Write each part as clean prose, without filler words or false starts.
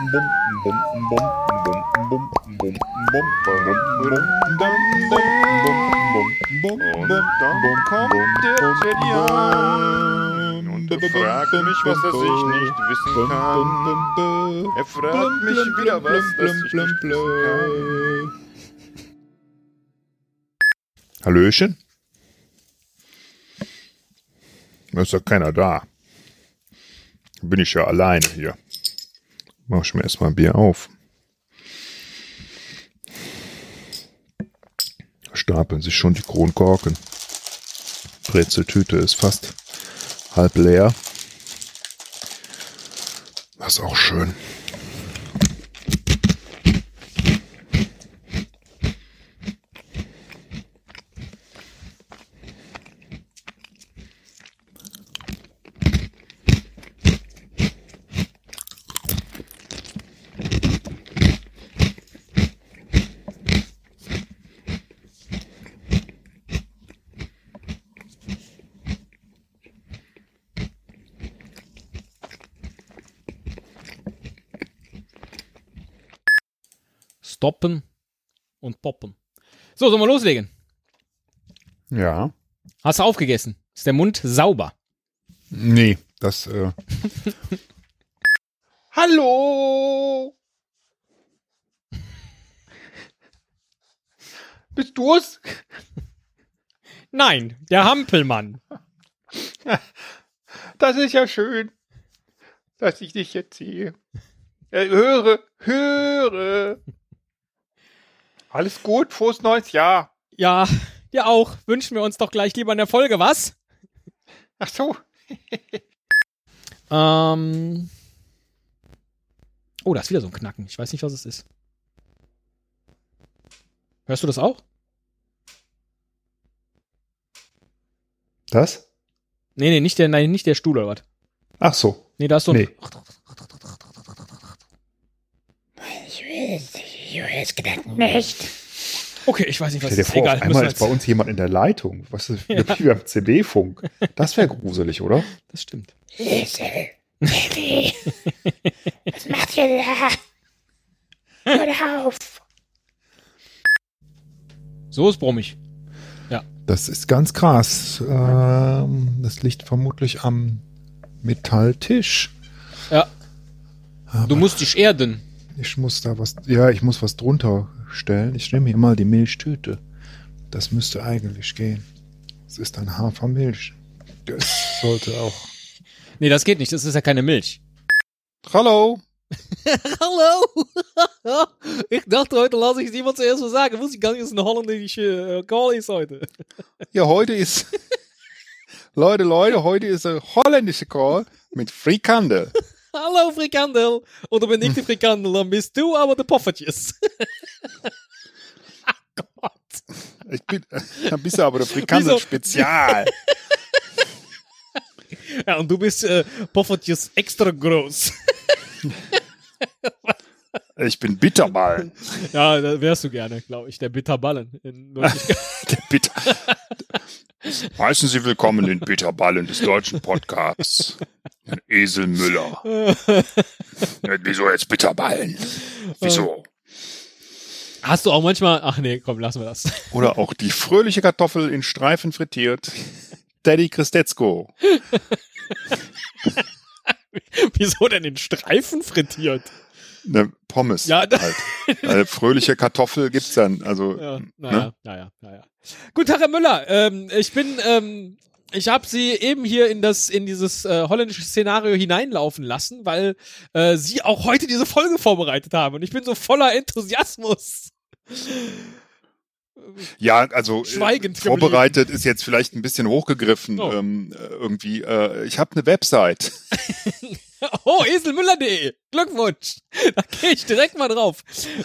dann kommt der Teddy an und er fragt mich, was ich nicht wissen kann. Er fragt mich wieder was, das ich nicht wissen kann. Hallöchen? Da ist doch keiner da. Bin ich ja alleine hier. Mach ich mir erstmal ein Bier auf. Da stapeln sich schon die Kronkorken. Brezeltüte ist fast halb leer. Das ist auch schön. Stoppen und poppen. So, sollen wir loslegen? Ja. Hast du aufgegessen? Ist der Mund sauber? Nee, das, Hallo! Bist du's? Nein, der Hampelmann. Das ist ja schön, dass ich dich jetzt sehe. Höre. Alles gut, frohes neues Jahr. Ja, dir auch. Wünschen wir uns doch gleich lieber eine Folge, was? Ach so. Oh, da ist wieder so ein Knacken. Ich weiß nicht, was es ist. Hörst du das auch? das? Nee, nicht der Stuhl oder was? Ach so. Nee, da ist so ein... Nee. Ich weiß gerade nicht. Okay, ich weiß nicht, was Stell dir es ist. vor, Egal. auf einmal ist bei uns jemand in der Leitung. Was ist wie beim CB-Funk? Das wäre gruselig, oder? Das stimmt. Esel, Teddy, was macht ihr da? Hör auf. So ist brummig. Das ist ganz krass. Das liegt vermutlich am Metalltisch. Ja. Aber Du musst dich erden. ich muss da was, ja, ich muss was drunter stellen. Ich nehme hier mal die Milchtüte. Das müsste eigentlich gehen. Es ist ein Hafermilch. Das sollte auch. Nee, das geht nicht. Das ist ja keine Milch. Hallo. Hallo! Ich dachte, heute lasse ich niemand zuerst was sagen. Muss ich gar nicht, dass es eine holländische Call ist heute. Ja, heute ist... Leute, heute ist ein holländische Call mit Frikandel. Hallo Frikandel. Oder bin ich die Frikandel, dann bist du aber der Poffertjes. Ach Gott. Dann bist du aber der Frikandel-Spezial. Ja, und du bist Poffertjes extra groß. Ich bin Bitterball. Ja, da wärst du gerne, glaube ich. Der Bitterballen. Der Bitter. Heißen Sie willkommen in Bitterballen des deutschen Podcasts. Herrn Esel Müller. Wieso jetzt Bitterballen? Wieso? Hast du auch manchmal... Ach nee, komm, lassen wir das. Oder auch die fröhliche Kartoffel in Streifen frittiert. Daddy Christetzko. Wieso denn in Streifen frittiert? Ne, Pommes Ja, halt. Fröhliche Kartoffel gibt's dann. Also, Ja, ne? naja. Gut, Herr Müller, ich habe Sie eben hier in dieses holländische Szenario hineinlaufen lassen, weil Sie auch heute diese Folge vorbereitet haben und ich bin so voller Enthusiasmus. Ja, also Schweigend vorbereitet ist jetzt vielleicht ein bisschen hochgegriffen. Oh. Irgendwie. Ich habe eine Website. Oh, eselmüller.de. Glückwunsch. Da gehe ich direkt mal drauf.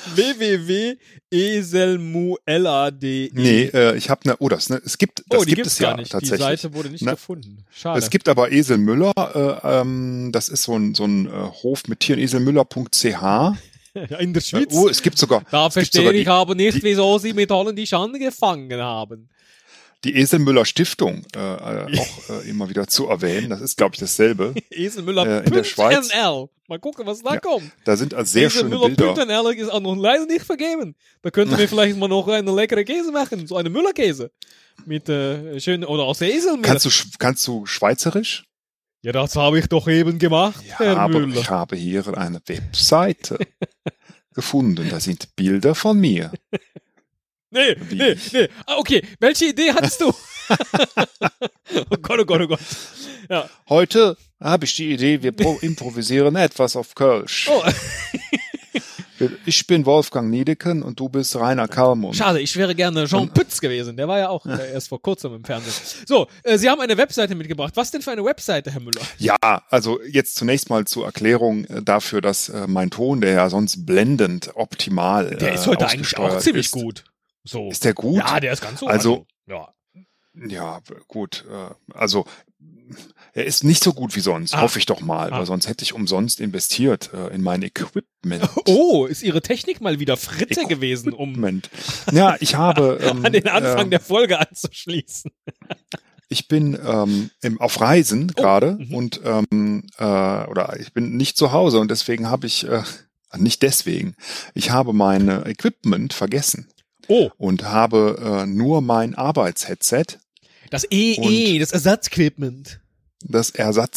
www.eselmuella.de. Nee, ich habe eine. Oh, es gibt die gibt gibt's es ja gar nicht. tatsächlich. Die Seite wurde nicht gefunden. Schade. Es gibt aber Esel Müller. Das ist so ein Hof mit Tieren. Eselmüller.ch. In der Schweiz. Es gibt sogar. Da es gibt verstehe sogar ich aber nicht, wieso Sie mit Holländisch angefangen haben. die Eselmüller Stiftung auch immer wieder zu erwähnen. Das ist, glaube ich, dasselbe. Eselmüller in der Schweiz. .nl. Mal gucken, was da Ja, kommt. Da sind also sehr schöne Bilder. Eselmüller.nl ist auch noch leider nicht vergeben. Da könnten wir vielleicht mal noch eine leckere Käse machen. So eine Müllerkäse. Mit schön, oder aus der Eselmüller. Kannst du Schweizerisch? Ja, das habe ich doch eben gemacht, Herr Aber Müller. ich habe hier eine Webseite gefunden. Da sind Bilder von mir. Nee. Ah, okay, welche Idee hattest du? Oh Gott, oh Gott, oh Gott. Ja. Heute habe ich die Idee, wir improvisieren etwas auf Kölsch. Oh. Ich bin Wolfgang Niedecken und du bist Rainer Kallmund. Schade, ich wäre gerne Jean Pütz gewesen. Der war ja auch erst vor kurzem im Fernsehen. So, Sie haben eine Webseite mitgebracht. Was denn für eine Webseite, Herr Müller? Ja, also jetzt zunächst mal zur Erklärung dafür, dass mein Ton, der ja sonst blendend optimal Der ist heute eigentlich auch ziemlich gut. So. Ist der gut? Ja, der ist ganz so. Also, ja. Ja, gut. Also er ist nicht so gut wie sonst, hoffe ich doch mal, weil sonst hätte ich umsonst investiert in mein Equipment. Oh, ist Ihre Technik mal wieder Fritte gewesen, um Ja, ich habe an den Anfang der Folge anzuschließen. Ich bin auf Reisen gerade und oder ich bin nicht zu Hause und deswegen habe ich nicht deswegen. Ich habe mein Equipment vergessen. Oh. Und habe nur mein Arbeitsheadset. Das das Ersatzequipment. Das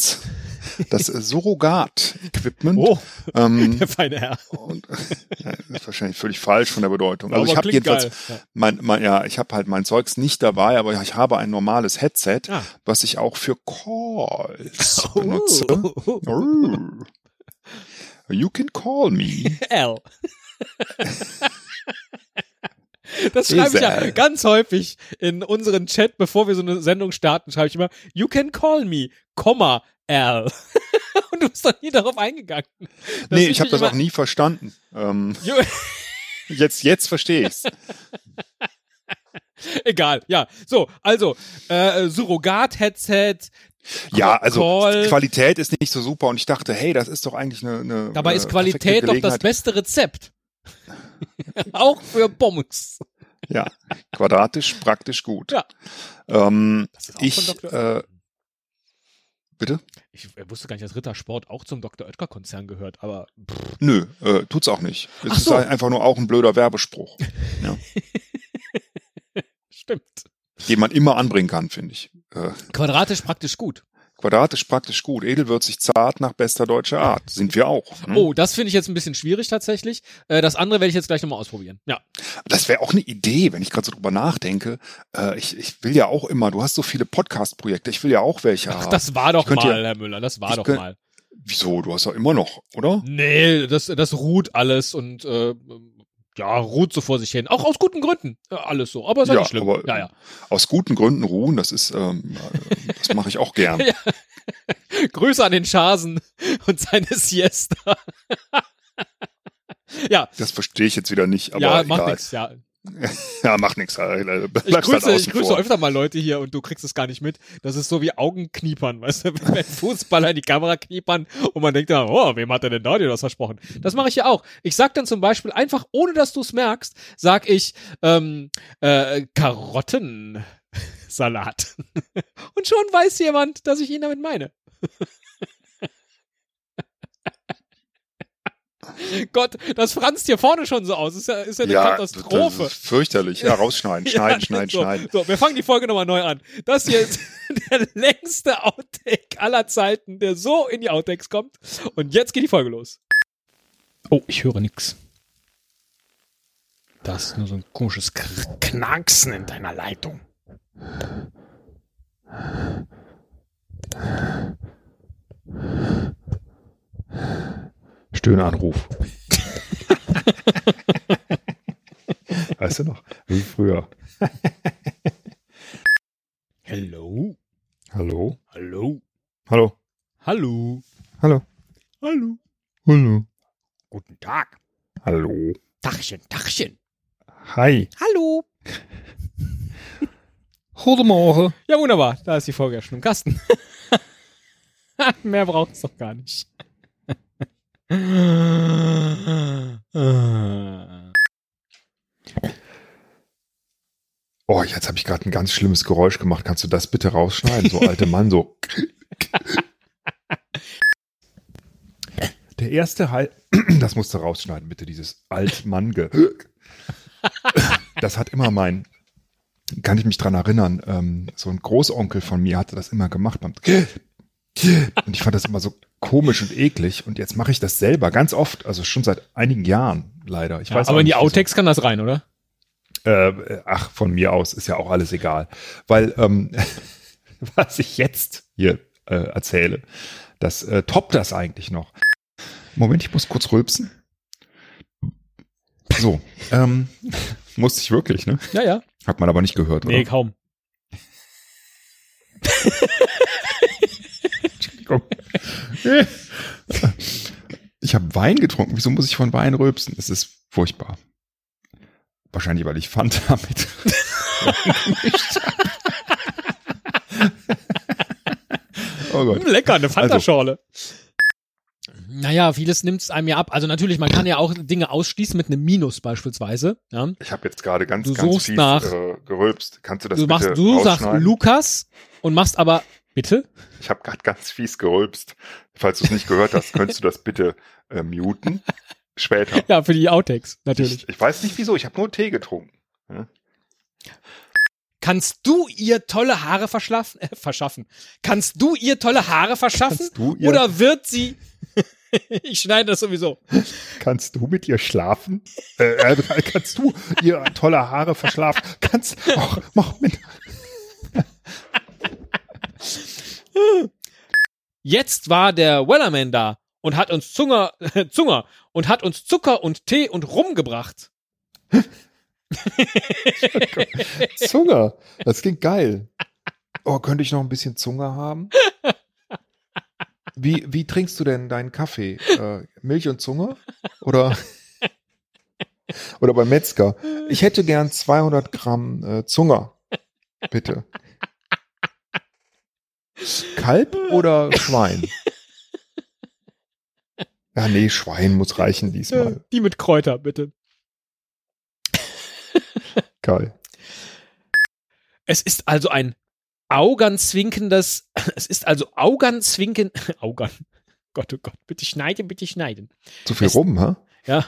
Surrogat-Equipment. Oh, der feine Herr. Und, ja, ist wahrscheinlich völlig falsch von der Bedeutung. Aber Also ich habe jedenfalls, geil. ich habe halt mein Zeugs nicht dabei, aber ich habe ein normales Headset, was ich auch für Calls benutze. Oh. You can call me. L. Das schreibe ich ja ganz häufig in unseren Chat, bevor wir so eine Sendung starten, schreibe ich immer, you can call me, L. Und du bist doch nie darauf eingegangen. Nee, ich habe das auch nie verstanden. Jetzt verstehe ich's. Egal, ja. So, also, Surrogat-Headset. Ja, also Call. Qualität ist nicht so super und ich dachte, hey, das ist doch eigentlich eine Dabei ist Qualität doch das beste Rezept. Auch für Pommes. Ja, quadratisch, praktisch gut. Ja. Das ist auch von Dr. Bitte? Ich wusste gar nicht, dass Rittersport auch zum Dr. Oetker-Konzern gehört, aber... Nö, tut's auch nicht. Es ist so. einfach nur auch ein blöder Werbespruch. Ja. Stimmt. Den man immer anbringen kann, finde ich. Quadratisch praktisch gut. Quadratisch praktisch gut, edelwürzig zart nach bester deutscher Art. Sind wir auch. Hm? Oh, das finde ich jetzt ein bisschen schwierig tatsächlich. Das andere werde ich jetzt gleich nochmal ausprobieren. Ja. Das wäre auch eine Idee, wenn ich gerade so drüber nachdenke. Ich will ja auch immer, du hast so viele Podcast-Projekte, ich will ja auch welche haben. Ach, das war doch mal, Herr Müller, das war doch mal. Wieso? Du hast doch immer noch, oder? Nee, das ruht alles und ruht so vor sich hin. Auch aus guten Gründen. Alles so. Aber ist ja nicht schlimm. Aber, aus guten Gründen ruhen, das ist, das mache ich auch gern. Ja. Grüße an den Schasen und seine Siesta. Ja. Das verstehe ich jetzt wieder nicht, aber ja, egal. Macht nix, ja. Ja, macht nichts. Ich grüße öfter mal Leute hier und du kriegst es gar nicht mit. Das ist so wie Augenkniepern, weißt du, wenn Fußballer in die Kamera kniepern und man denkt dann, oh, wem hat er denn da dir das versprochen? Das mache ich ja auch. Ich sag dann zum Beispiel einfach, ohne dass du es merkst, sag ich Karottensalat. Und schon weiß jemand, dass ich ihn damit meine. Gott, das franzt hier vorne schon so aus. Ist ja eine Katastrophe. Das ist fürchterlich. Ja, rausschneiden. Schneiden. So, wir fangen die Folge nochmal neu an. Das hier ist der längste Outtake aller Zeiten, der so in die Outtakes kommt. Und jetzt geht die Folge los. Oh, ich höre nix. Das ist nur so ein komisches Knacksen in deiner Leitung. Stöhnanruf. Weißt du noch? Wie früher. Hello. Hallo? Hallo. Hallo? Hallo. Hallo? Hallo. Hallo? Guten Tag. Hallo? Tachchen. Hi. Hallo. Goedemorgen. Ja, wunderbar. Da ist die Folge ja schon im Kasten. Mehr braucht es doch gar nicht. Oh, jetzt habe ich gerade ein ganz schlimmes Geräusch gemacht. Kannst du das bitte rausschneiden? So alte Mann, so. Der erste Halt, das musst du rausschneiden, bitte, dieses Altmann-Ge. Das hat immer kann ich mich dran erinnern, so ein Großonkel von mir hatte das immer gemacht. Und ich fand das immer so komisch und eklig. Und jetzt mache ich das selber ganz oft, also schon seit einigen Jahren leider. Ich weiß aber auch in die nicht, wieso. Outtakes kann das rein, oder? Ach, von mir aus ist ja auch alles egal. Weil, was ich jetzt hier erzähle, das toppt das eigentlich noch. Moment, ich muss kurz rülpsen. So, musste ich wirklich, ne? Ja, ja. Hat man aber nicht gehört, oder? Nee, kaum. Entschuldigung. Ich habe Wein getrunken. Wieso muss ich von Wein rülpsen? Es ist furchtbar. Wahrscheinlich, weil ich Fanta mit gemischt habe. Oh Gott. Lecker, eine Fanta-Schorle. Naja, vieles nimmt es einem ja ab. Also natürlich, man kann ja auch Dinge ausschließen mit einem Minus beispielsweise. Ja. Ich habe jetzt gerade ganz Du fies suchst nach- gerülpst. Kannst du das Du bitte sagst rausschneiden? Lukas und machst aber, bitte? Ich habe gerade ganz fies gerülpst. Falls du es nicht gehört hast, könntest du das bitte muten. Später. Ja, für die Outtakes, natürlich. Ich weiß nicht wieso, ich habe nur Tee getrunken. Ja? Kannst du ihr tolle Haare verschaffen? Kannst du ihr tolle Haare verschaffen? Kannst du ihr- Oder wird sie... Ich schneide das sowieso. Kannst du mit ihr schlafen? Kannst du ihr tolle Haare verschlafen? Mach mit. Jetzt war der Wellerman da und hat uns Zunger und hat uns Zucker und Tee und Rum gebracht. Zunge, das klingt geil. Oh, könnte ich noch ein bisschen Zunge haben? Wie trinkst du denn deinen Kaffee? Milch und Zunge? Oder beim Metzger? Ich hätte gern 200 Gramm Zunge. Bitte. Kalb oder Schwein? Ja, nee, Schwein muss reichen diesmal. Die mit Kräuter, bitte. Geil. Es ist also ein augenzwinkendes, Augen, Gott, oh Gott, bitte schneiden. Zu viel rum, ha? Ja.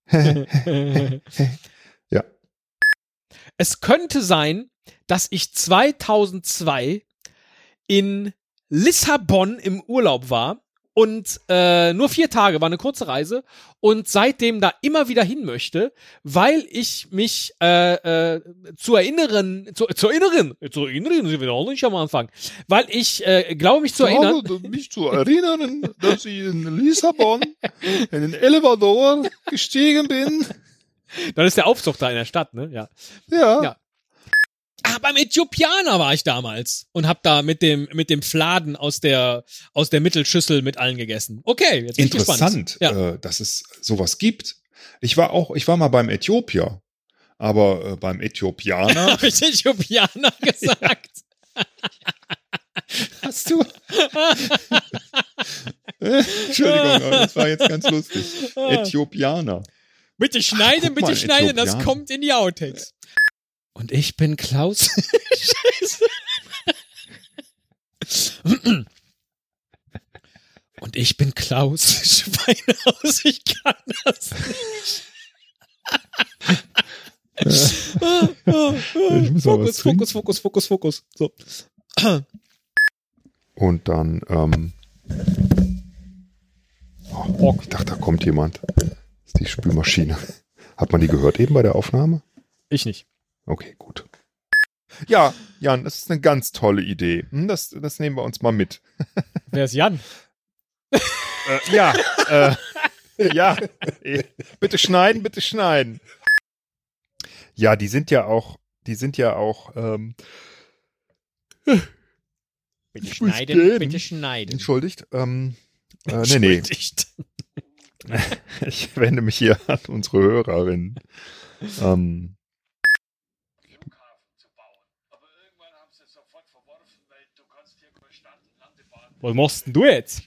Ja. Es könnte sein, dass ich 2002 in Lissabon im Urlaub war und nur 4 Tage, war eine kurze Reise und seitdem da immer wieder hin möchte, weil ich mich zu erinnern, sind wir auch nicht am Anfang, weil ich glaube mich zu erinnern, mich zu erinnern, dass ich in Lissabon in den Elevador gestiegen bin. dann ist der Aufzug da in der Stadt, ne? Ja. Ja. Ah, beim Äthiopianer war ich damals und hab da mit dem Fladen aus der Mittelschüssel mit allen gegessen. Okay, jetzt bin ich gespannt. Interessant, Ja. dass es sowas gibt. Ich war mal beim Äthiopier, aber beim Äthiopianer Habe ich Äthiopianer gesagt? hast du. Entschuldigung, aber das war jetzt ganz lustig. Äthiopianer. Bitte schneiden, guck mal, das Äthiopianer. kommt in die Outtakes. Und ich bin Klaus. Scheiße. Und ich bin Klaus Schweinehaus. Ich kann das Ich muss mal was trinken. Fokus. So. Und dann, ich dachte, da kommt jemand. Das ist die Spülmaschine. Hat man die gehört eben bei der Aufnahme? Ich nicht. Okay, gut. Ja, Jan, das ist eine ganz tolle Idee. Das nehmen wir uns mal mit. Wer ist Jan? Ja, bitte schneiden. Ja, die sind ja auch, Bitte Ich muss gehen. bitte schneiden. entschuldigt, nee. Entschuldigt. Ich wende mich hier an unsere Hörerin. Was machst denn du jetzt?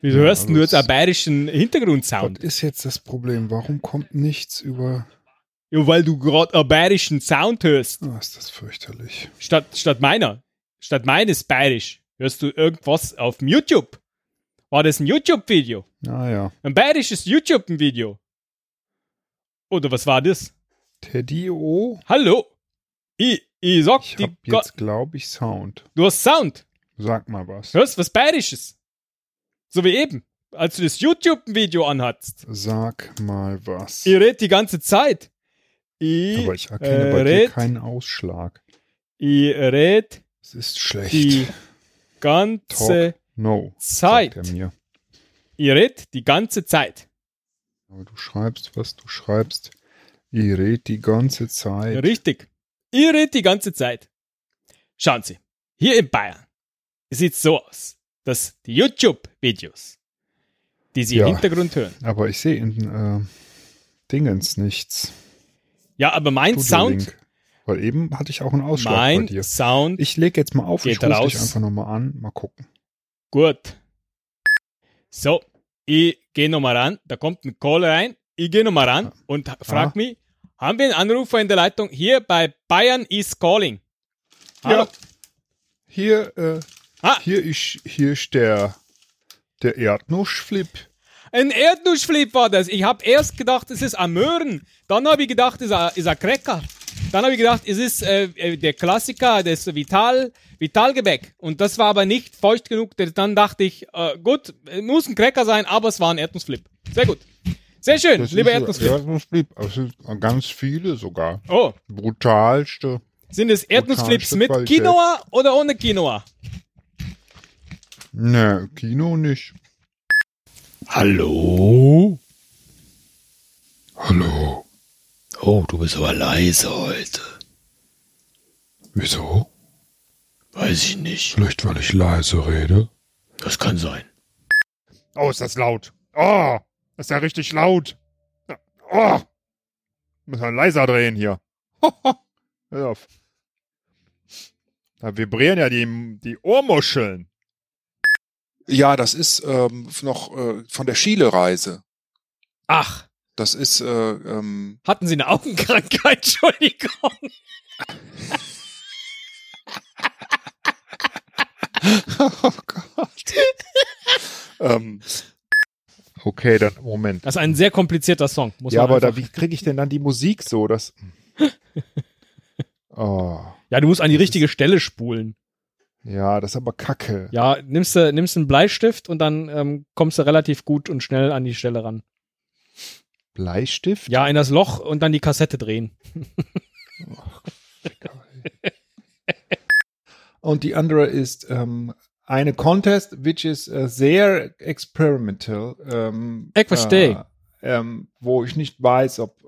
Wieso hörst du also jetzt einen bayerischen Was Hintergrundsound? ist jetzt das Problem? Warum kommt nichts über... Ja, weil du gerade einen bayerischen Sound hörst. Oh, ist das fürchterlich. Statt meines bayerisch. Hörst du irgendwas auf dem YouTube? War das ein YouTube-Video? Naja. Ein bayerisches YouTube-Video? Oder was war das? Teddy-O? Hallo? Ich sag Ich die... hab jetzt, glaube ich, Sound. Du hast Sound. Sag mal was. Hörst was Bayerisches. So wie eben, als du das YouTube-Video anhattest. Sag mal was. Ich red die ganze Zeit. Aber ich erkenne bei dir keinen Ausschlag. Ich red Es ist schlecht. die ganze No, Zeit. sagt er mir. Ich red die ganze Zeit. Aber du schreibst, was du schreibst. Ich red die ganze Zeit. Richtig. Ich red die ganze Zeit. Schauen Sie, hier in Bayern sieht es so aus, dass die YouTube-Videos, die Sie Ja. im Hintergrund hören. Aber ich sehe in Dingens nichts. Ja, aber mein Sound, Studio-Link. Weil eben hatte ich auch einen Ausschlag bei mein dir. Sound, Ich lege jetzt mal auf, Geht ich rufe raus. dich einfach nochmal an. Mal gucken. gut. So, ich gehe nochmal ran, da kommt ein Call rein, ich gehe nochmal ran und frag mich, haben wir einen Anrufer in der Leitung hier bei Bayern is Calling? Hallo? Ja. Hier, Ah. hier ist der Erdnussflip. Ein Erdnussflip war das. Ich habe erst gedacht, es ist ein Möhren. Dann habe ich gedacht, es ist ein Cracker. Dann habe ich gedacht, es ist der Klassiker, das Vitalgebäck. Und das war aber nicht feucht genug. Dann dachte ich, gut, muss ein Cracker sein, aber es war ein Erdnussflip. Sehr gut. Sehr schön, lieber Erdnussflip. Erdnussflip. Also ganz viele sogar. Oh, Brutalste. sind es Erdnussflips Brutalste mit Qualität. Quinoa oder ohne Quinoa? Ne, Kino nicht. Hallo? Hallo. Oh, du bist aber leise heute. Wieso? Weiß ich nicht. Vielleicht, weil ich leise rede? Das kann sein. Oh, ist das laut. Oh, das ist ja richtig laut. Oh, müssen wir leiser drehen hier. Hör auf. Da vibrieren ja die Ohrmuscheln. Ja, das ist noch von der Chile-Reise. Ach, Das ist, hatten Sie eine Augenkrankheit? Entschuldigung. oh Gott. Okay, dann Moment. Das ist ein sehr komplizierter Song. Muss Ja, man aber einfach- wie kriege ich denn dann die Musik so? Das. Oh, Ja, du musst an die richtige Stelle spulen. ja, das ist aber Kacke. Ja, nimmst einen Bleistift und dann kommst du relativ gut und schnell an die Stelle ran. Bleistift? Ja, in das Loch und dann die Kassette drehen. Und die andere ist eine Contest, which is sehr experimental. Ich verstehe. Wo ich nicht weiß, ob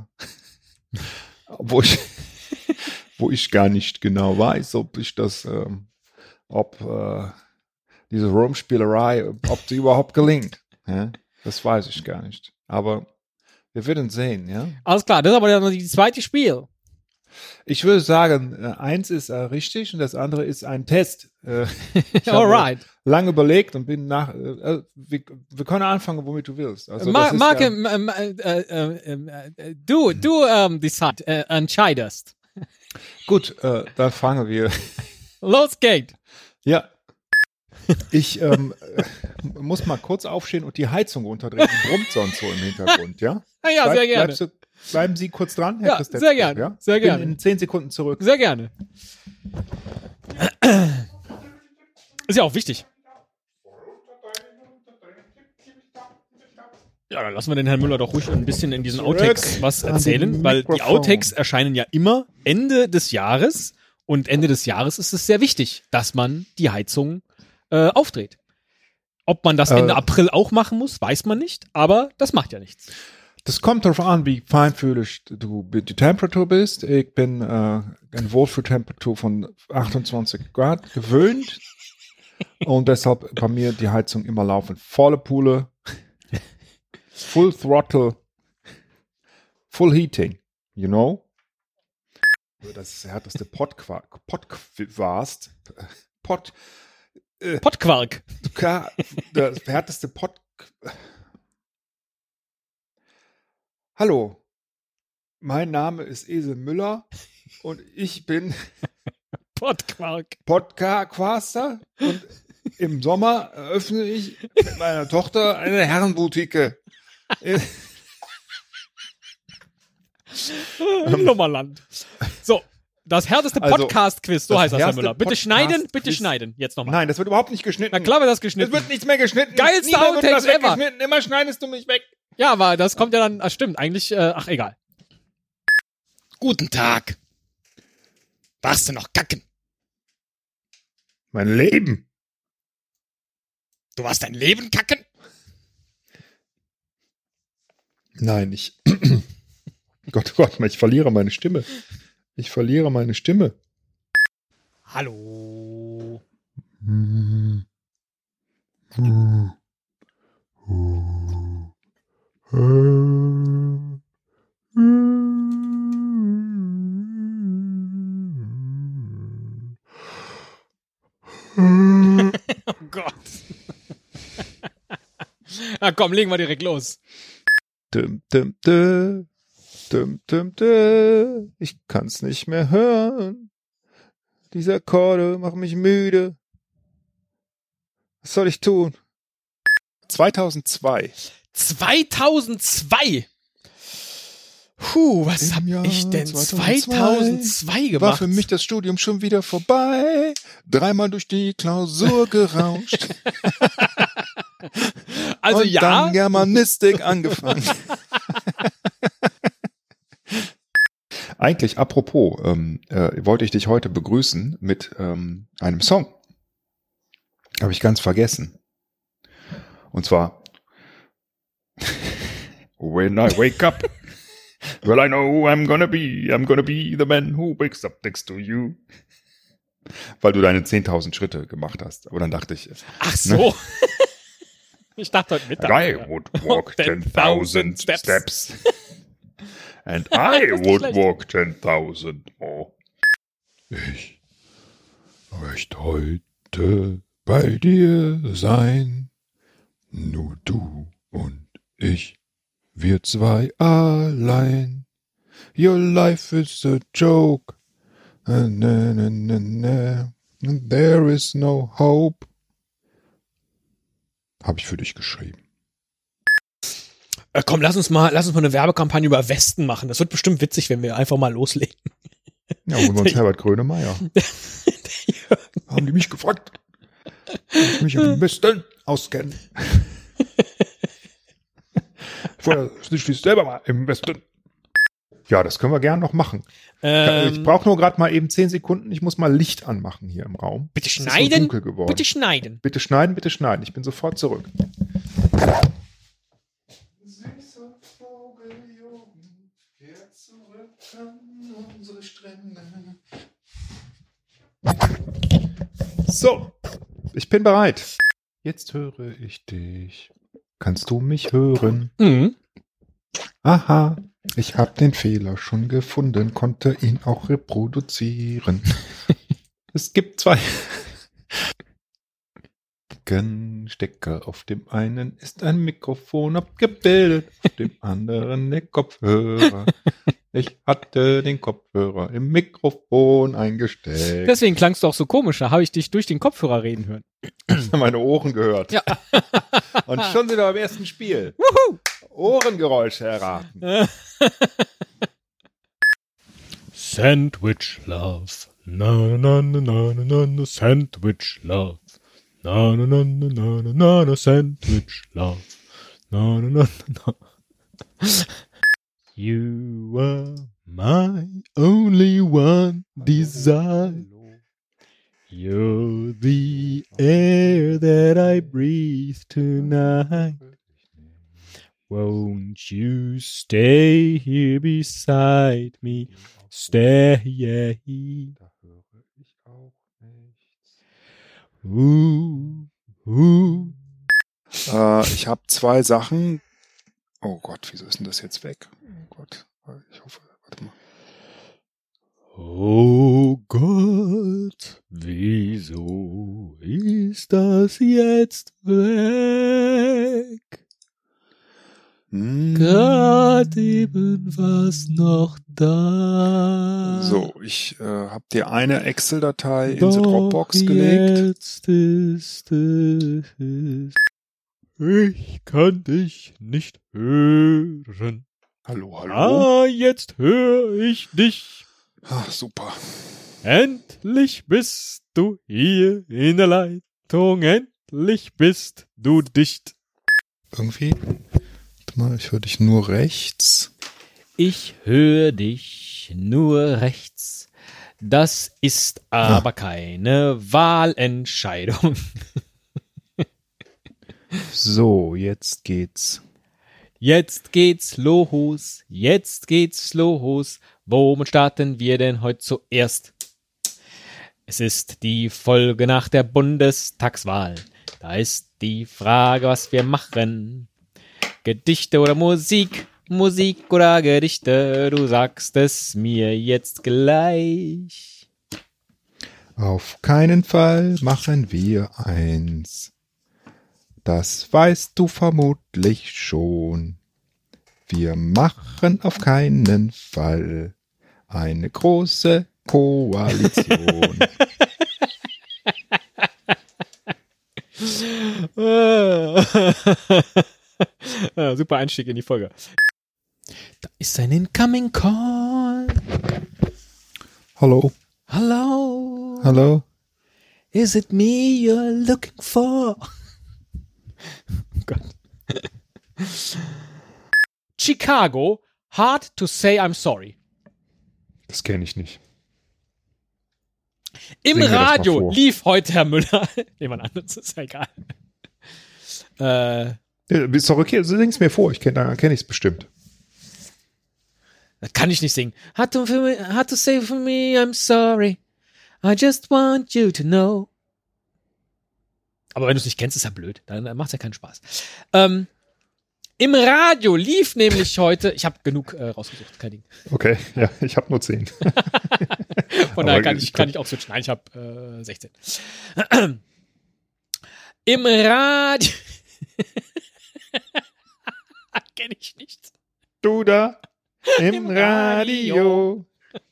wo ich gar nicht genau weiß, ob ich das, diese Rumspielerei, ob sie überhaupt gelingt. Ja? Das weiß ich gar nicht. Aber wir werden sehen, ja. Alles klar, das ist aber dann das zweite Spiel. Ich würde sagen, eins ist richtig und das andere ist ein Test. Ich habe Alright. lange überlegt und bin wir können anfangen, womit du willst. Also das ist Marke, ja, du decide, entscheidest. gut, dann fangen wir. Los geht. Ja. Ich muss mal kurz aufstehen und die Heizung runterdrehen. Die brummt sonst so im Hintergrund, ja? Ja, sehr gerne. Bleiben Sie kurz dran, Herr Ja, Christetzky, sehr gerne, Ja? sehr Bin gerne. in 10 Sekunden zurück. Sehr gerne. Ist ja auch wichtig. Ja, dann lassen wir den Herrn Müller doch ruhig ein bisschen in diesen Outtakes was an erzählen, den weil die Mikrofon. Outtakes erscheinen ja immer Ende des Jahres und Ende des Jahres ist es sehr wichtig, dass man die Heizung aufdreht. Ob man das Ende April auch machen muss, weiß man nicht, aber das macht ja nichts. Das kommt darauf an, wie feinfühlig du die Temperatur bist. Ich bin eine Wohlfühltemperatur von 28 Grad gewöhnt und deshalb bei mir die Heizung immer laufen. Volle Pulle, Full Throttle, Full Heating, you know? Das ist der härteste Podcast. Pottquark. Der härteste Hallo, mein Name ist Esel Müller und ich bin Pottquark. Podcaster und im Sommer eröffne ich mit meiner Tochter eine Herrenboutique. Nummerland. So, das härteste Also, Podcast-Quiz, so das heißt das, Herr härteste Müller. Bitte Podcast-Quiz. schneiden. Jetzt nochmal. Nein, das wird überhaupt nicht geschnitten. Na klar wird das Es geschnitten. wird nichts mehr geschnitten. Geilste Nie mehr wird Outtakes was ever. weggeschnitten. Immer schneidest du mich weg. Ja, aber das kommt ja dann, stimmt, eigentlich, ach, egal. Guten Tag. Warst du noch kacken? Mein Leben. Du warst dein Leben kacken? Nein, ich. Gott, ich verliere meine Stimme. Hallo. Oh Gott. Na komm, legen wir direkt los. Ich kann's nicht mehr hören. Diese Akkorde machen mich müde. Was soll ich tun? 2002. 2002. Was Im hab Jahr ich denn 2002 2002 gemacht? War für mich das Studium schon wieder vorbei. 3-mal durch die Klausur gerauscht. Also und ja, dann Germanistik angefangen. Eigentlich, apropos, wollte ich dich heute begrüßen mit einem Song. Habe ich ganz vergessen. Und zwar When I wake up, well I know I'm gonna be the man who wakes up next to you. Weil du deine 10.000 Schritte gemacht hast. Aber dann dachte ich, ach so. Ich dachte heute Mittag. I would walk 10,000 steps. And I would walk 10,000 more. Ich möchte heute bei dir sein. Nur du und ich, wir zwei allein. Your life is a joke. Na, na, na, na, na. There is no hope. Habe ich für dich geschrieben. Komm, lass uns mal eine Werbekampagne über Westen machen. Das wird bestimmt witzig, wenn wir einfach mal loslegen. Ja, holen wir uns Herbert Grönemeyer. Haben die mich gefragt, ob ich mich am besten auskenne. Vorher schließlich selber mal im Westen. Ja, das können wir gern noch machen. Ich brauche nur gerade mal eben 10 Sekunden. Ich muss mal Licht anmachen hier im Raum. Bitte Es ist so schneiden. dunkel geworden. Bitte schneiden. Bitte schneiden, bitte schneiden. Ich bin sofort zurück. Süßer Vogeljungen, kehr zurück an unsere Strände. So, ich bin bereit. Jetzt höre ich dich. Kannst du mich hören? Mhm. Aha, ich habe den Fehler schon gefunden, konnte ihn auch reproduzieren. Es gibt 2 Stecker. Auf dem einen ist ein Mikrofon abgebildet, auf dem anderen der Kopfhörer. Ich hatte den Kopfhörer im Mikrofon eingesteckt. Deswegen klangst du auch so komisch. Da habe ich dich durch den Kopfhörer reden hören. Das haben meine Ohren gehört. Ja. Und schon sind wir beim ersten Spiel. Wuhu! Ohrengeräusche erraten. Sandwich Love. Na na na na na na na Sandwich Love. Na na na na na na na na Sandwich Love. Na na na na na. You are my only one desire. You're the air that I breathe tonight. Won't you stay here beside me? Stay. Da höre ich auch nichts. Ich habe 2 Sachen. Oh Gott, wieso ist denn das jetzt weg? Oh Gott, ich hoffe, warte mal. Oh Gott, wieso ist was jetzt weg. Gerade eben war's noch da. So, ich habe dir eine Excel-Datei in die Dropbox gelegt. Jetzt ist es. Ich kann dich nicht hören. Hallo, hallo. Ah, jetzt höre ich dich. Ach, super. Endlich bist du hier in der Leitung. Endlich bist du dicht. Irgendwie. Warte mal, ich höre dich nur rechts. Ich höre dich nur rechts. Das ist aber keine Wahlentscheidung. So, jetzt geht's. Jetzt geht's los, jetzt geht's los. Womit starten wir denn heute zuerst? Es ist die Folge nach der Bundestagswahl. Da ist die Frage, was wir machen. Gedichte oder Musik, Musik oder Gedichte, du sagst es mir jetzt gleich. Auf keinen Fall machen wir eins. Das weißt du vermutlich schon. Wir machen auf keinen Fall eine große Koalition. Super Einstieg in die Folge. Da ist ein Incoming Call. Hallo, Hello. hallo. Is it me you're looking for? Oh Gott. Chicago, hard to say I'm sorry. Das kenne ich nicht. Im Sing mir das mal Radio vor. lief heute Herr Müller. Jemand anderes, ist ja egal. Ist doch okay, sing's mir vor, kenn ich's bestimmt. Das kann ich nicht singen. Hard to say for me I'm sorry. I just want you to know. Aber wenn du es nicht kennst, ist ja blöd. Dann macht's ja keinen Spaß. Im Radio lief nämlich heute, ich habe genug rausgesucht, kein Ding. Okay, ja, ich habe nur 10. Von daher Aber kann ich auch switchen. Nein, ich habe 16. Im Radio. Kenn ich nicht. Du da im Radio.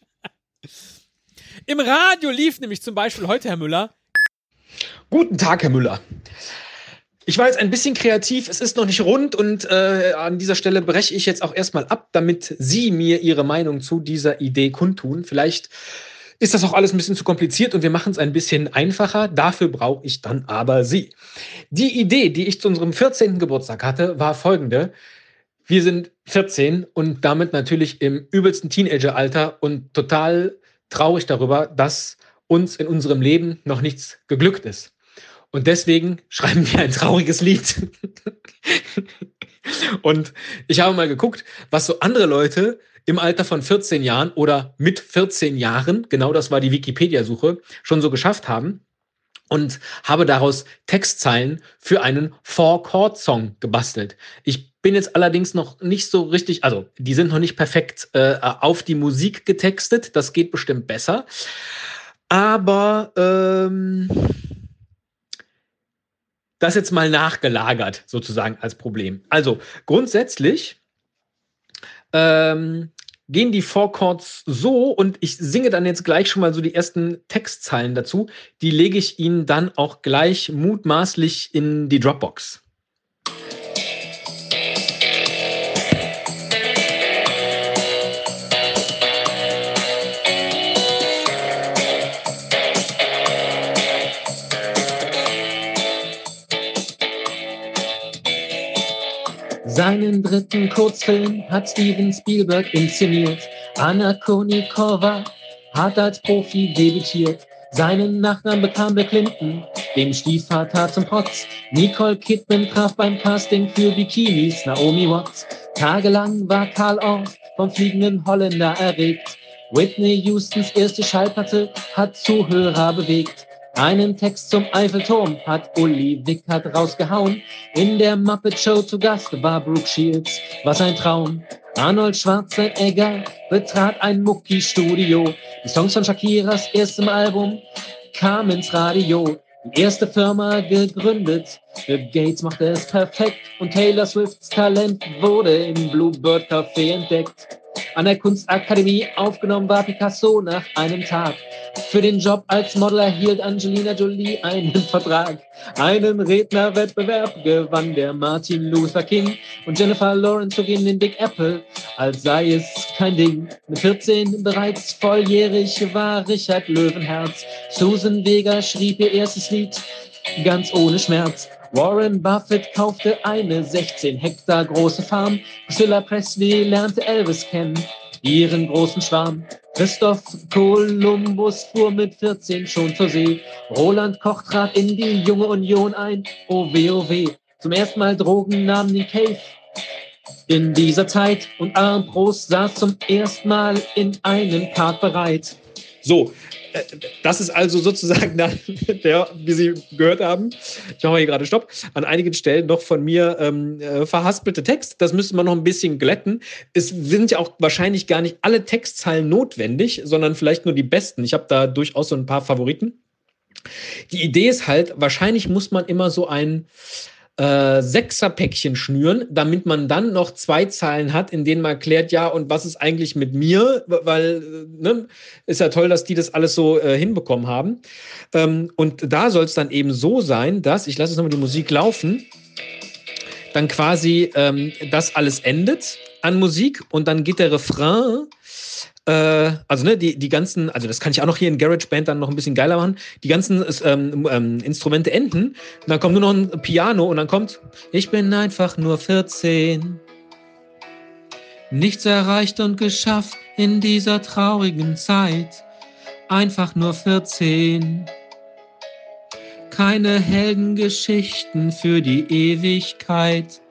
Im Radio lief nämlich zum Beispiel heute, Herr Müller. Guten Tag, Herr Müller. Ich war jetzt ein bisschen kreativ, es ist noch nicht rund und an dieser Stelle breche ich jetzt auch erstmal ab, damit Sie mir Ihre Meinung zu dieser Idee kundtun. Vielleicht ist das auch alles ein bisschen zu kompliziert und wir machen es ein bisschen einfacher. Dafür brauche ich dann aber Sie. Die Idee, die ich zu unserem 14. Geburtstag hatte, war folgende. Wir sind 14 und damit natürlich im übelsten Teenageralter und total traurig darüber, dass uns in unserem Leben noch nichts geglückt ist. Und deswegen schreiben wir ein trauriges Lied. Und ich habe mal geguckt, was so andere Leute im Alter von 14 Jahren oder mit 14 Jahren, genau das war die Wikipedia-Suche, schon so geschafft haben. Und habe daraus Textzeilen für einen Four-Chord-Song gebastelt. Ich bin jetzt allerdings noch nicht so richtig, also die sind noch nicht perfekt auf die Musik getextet. Das geht bestimmt besser. Aber das jetzt mal nachgelagert, sozusagen als Problem. Also grundsätzlich gehen die Four Chords so und ich singe dann jetzt gleich schon mal so die ersten Textzeilen dazu. Die lege ich Ihnen dann auch gleich mutmaßlich in die Dropbox. Seinen dritten Kurzfilm hat Steven Spielberg inszeniert. Anna Kournikova hat als Profi debütiert. Seinen Nachnamen bekam Bill Clinton, dem Stiefvater zum Trotz. Nicole Kidman traf beim Casting für Bikinis Naomi Watts. Tagelang war Karl Orff vom fliegenden Holländer erregt. Whitney Houstons erste Schallplatte hat Zuhörer bewegt. Einen Text zum Eiffelturm hat Uli Wickert rausgehauen. In der Muppet Show zu Gast war Brooke Shields, was ein Traum. Arnold Schwarzenegger betrat ein Mucki-Studio. Die Songs von Shakiras erstem Album kamen ins Radio. Die erste Firma gegründet. Bill Gates machte es perfekt und Taylor Swifts Talent wurde im Bluebird Café entdeckt. An der Kunstakademie aufgenommen war Picasso nach einem Tag. Für den Job als Model erhielt Angelina Jolie einen Vertrag. Einen Rednerwettbewerb gewann der Martin Luther King und Jennifer Lawrence zog in den Big Apple, als sei es kein Ding. Mit 14 bereits volljährig war Richard Löwenherz. Susan Vega schrieb ihr erstes Lied, ganz ohne Schmerz. Warren Buffett kaufte eine 16 Hektar große Farm. Priscilla Presley lernte Elvis kennen, ihren großen Schwarm. Christoph Kolumbus fuhr mit 14 schon zur See. Roland Koch trat in die Junge Union ein. Oh weh, oh weh. Zum ersten Mal Drogen nahmen den Cave in dieser Zeit. Und Armbrust saß zum ersten Mal in einem Park bereit. So, das ist also sozusagen dann der, wie Sie gehört haben, ich mache hier gerade Stopp, an einigen Stellen noch von mir verhaspelte Text. Das müsste man noch ein bisschen glätten. Es sind ja auch wahrscheinlich gar nicht alle Textzeilen notwendig, sondern vielleicht nur die besten. Ich habe da durchaus so ein paar Favoriten. Die Idee ist halt, wahrscheinlich muss man immer so ein Sechserpäckchen schnüren, damit man dann noch 2 Zeilen hat, in denen man erklärt, ja, und was ist eigentlich mit mir, weil, ne, ist ja toll, dass die das alles so hinbekommen haben. Und da soll es dann eben so sein, dass, ich lasse jetzt nochmal die Musik laufen, dann quasi das alles endet an Musik und dann geht der Refrain, also ne, die ganzen, also das kann ich auch noch hier in GarageBand dann noch ein bisschen geiler machen, die ganzen Instrumente enden und dann kommt nur noch ein Piano und dann kommt, ich bin einfach nur 14, nichts erreicht und geschafft in dieser traurigen Zeit, einfach nur 14, keine Heldengeschichten für die Ewigkeit.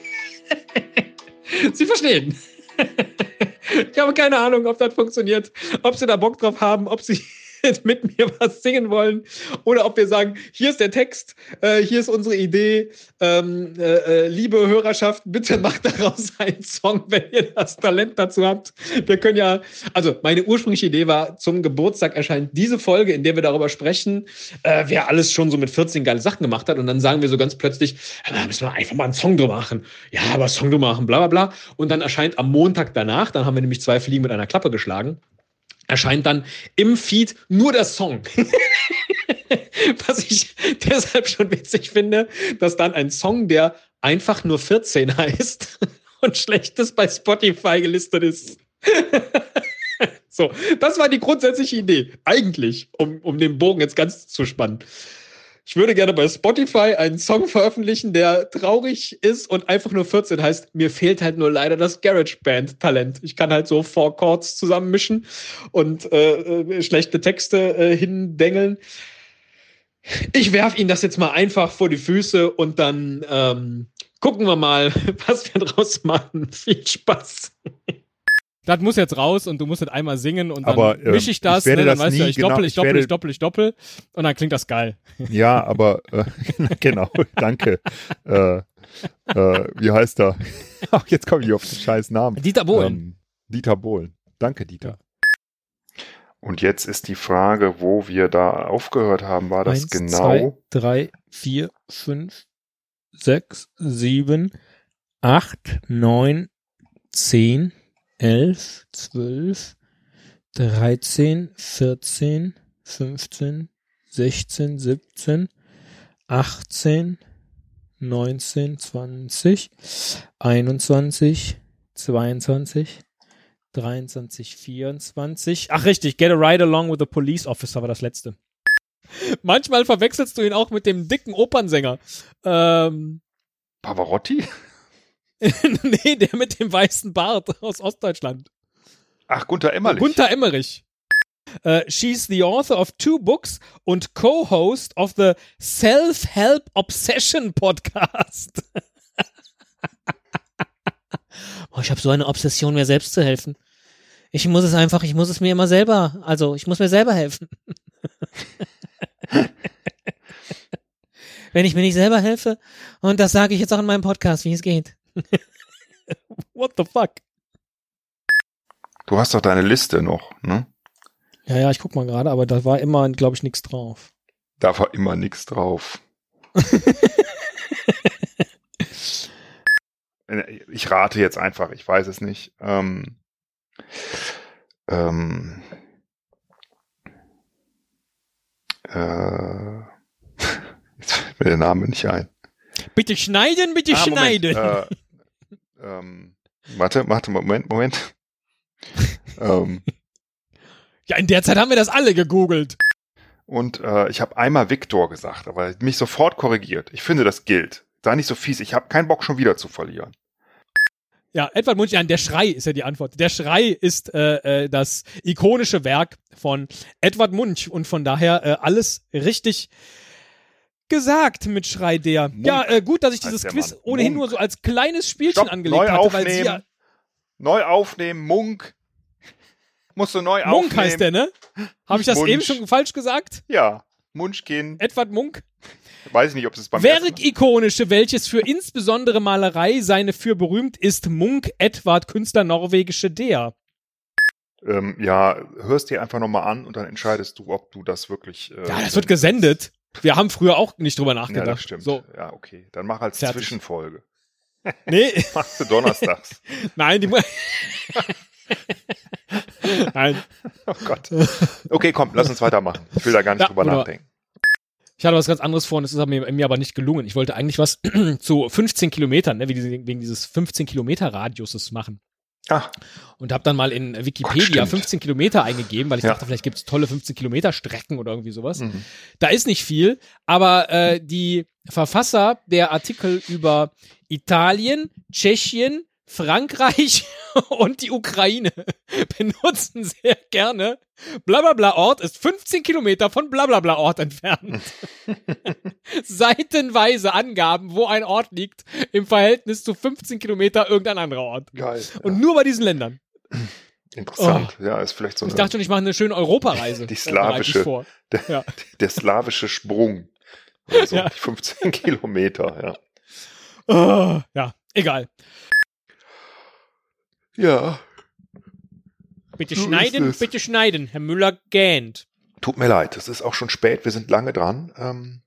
Sie verstehen. Ich habe keine Ahnung, ob das funktioniert, ob Sie da Bock drauf haben, ob Sie mit mir was singen wollen oder ob wir sagen, hier ist der Text, hier ist unsere Idee, liebe Hörerschaft, bitte macht daraus einen Song, wenn ihr das Talent dazu habt. Wir können ja, also meine ursprüngliche Idee war, zum Geburtstag erscheint diese Folge, in der wir darüber sprechen, wer alles schon so mit 14 geile Sachen gemacht hat und dann sagen wir so ganz plötzlich, da müssen wir einfach mal einen Song drüber machen. Ja, aber Song drüber machen, bla bla bla. Und dann erscheint am Montag danach, dann haben wir nämlich 2 Fliegen mit einer Klappe geschlagen, erscheint dann im Feed nur der Song. Was ich deshalb schon witzig finde, dass dann ein Song, der einfach nur 14 heißt und schlechtes bei Spotify gelistet ist. So, das war die grundsätzliche Idee. Eigentlich, um den Bogen jetzt ganz zu spannen. Ich würde gerne bei Spotify einen Song veröffentlichen, der traurig ist und einfach nur 14 heißt. Mir fehlt halt nur leider das GarageBand-Talent. Ich kann halt so 4 Chords zusammenmischen und schlechte Texte hindengeln. Ich werfe Ihnen das jetzt mal einfach vor die Füße und dann gucken wir mal, was wir draus machen. Viel Spaß. Das muss jetzt raus und du musst jetzt einmal singen und dann aber, mische ich das, ich werde ne, dann das weißt du, nie ich doppel und dann klingt das geil. Ja, aber genau, danke. Wie heißt er? Ach, jetzt komme ich auf den scheiß Namen. Dieter Bohlen. Dieter Bohlen. Danke, Dieter. Und jetzt ist die Frage, wo wir da aufgehört haben, war das 1, genau? 2, 3, 4, 5, 6, 7, 8, 9, 10, 11, 12, 13, 14, 15, 16, 17, 18, 19, 20, 21, 22, 23, 24. Ach richtig, Get a Ride Along with a Police Officer war das letzte. Manchmal verwechselst du ihn auch mit dem dicken Opernsänger. Pavarotti? Nee, der mit dem weißen Bart aus Ostdeutschland. Ach, Gunther Emmerich. Gunther Emmerich. She's the author of 2 books und co-host of the Self-Help Obsession Podcast. Oh, ich habe so eine Obsession, mir selbst zu helfen. Ich muss es mir immer selber, also ich muss mir selber helfen. Wenn ich mir nicht selber helfe, und das sage ich jetzt auch in meinem Podcast, wie es geht. What the fuck? Du hast doch deine Liste noch, ne? Ja, ich guck mal gerade, aber da war immer, glaube ich, nichts drauf. Da war immer nichts drauf. Ich rate jetzt einfach, ich weiß es nicht. Jetzt fällt mir der Name nicht ein. Bitte schneiden, bitte schneiden. Warte, Moment. Ja, in der Zeit haben wir das alle gegoogelt. Und ich habe einmal Viktor gesagt, aber mich sofort korrigiert. Ich finde, das gilt. Sei nicht so fies, ich habe keinen Bock, schon wieder zu verlieren. Ja, Edward Munch, ja, der Schrei ist ja die Antwort. Der Schrei ist das ikonische Werk von Edward Munch und von daher alles richtig gesagt mit Schrei der. Munk, ja, gut, dass ich dieses der Quiz Mann. ohnehin Munk. nur so als kleines Spielchen Stopp, angelegt neu hatte, weil sie aufnehmen. ja Neu aufnehmen, Munk. Musst du neu Munk aufnehmen. heißt der, ne? Habe ich das Munch. eben schon falsch gesagt? Ja, Munchkin. Edward Munk? Weiß ich nicht, ob es beim ersten Werk ikonische, welches für insbesondere Malerei seine für berühmt ist, Munk Edward, Künstler norwegische der. Ja, hörst dir einfach nochmal an und dann entscheidest du, ob du das wirklich... Ja, das wird gesendet. Wir haben früher auch nicht drüber nachgedacht. Ja, das stimmt. So. Ja, okay. Dann mach als Fertig. Zwischenfolge. Nee, Machst du donnerstags. nein, die Nein. Oh Gott. Okay, komm, lass uns weitermachen. Ich will da gar nicht drüber wunderbar. nachdenken. Ich hatte was ganz anderes vor und es ist mir aber nicht gelungen. Ich wollte eigentlich was zu 15 Kilometern, ne, wegen dieses 15 Kilometer Radiuses machen. Ah, Und habe dann mal in Wikipedia stimmt. 15 Kilometer eingegeben, weil ich Ja. dachte, vielleicht gibt's tolle 15 Kilometer Strecken oder irgendwie sowas. mhm. Da ist nicht viel, aber die Verfasser der Artikel über Italien, Tschechien, Frankreich und die Ukraine benutzen sehr gerne Blablabla Ort ist 15 Kilometer von Blablabla Ort entfernt. Seitenweise Angaben, wo ein Ort liegt, im Verhältnis zu 15 Kilometer irgendein anderer Ort. Geil. Und nur bei diesen Ländern. Interessant. Ja, ist vielleicht so Ich eine, dachte schon, ich mache eine schöne Europareise. Die Da bereite ich slawische- vor. der, ja. der slawische Sprung. Also Ja. die 15 Kilometer, ja. Ja, egal. Ja, Bitte So schneiden, ist es. bitte schneiden. Herr Müller gähnt. tut mir leid, es ist auch schon spät, wir sind lange dran.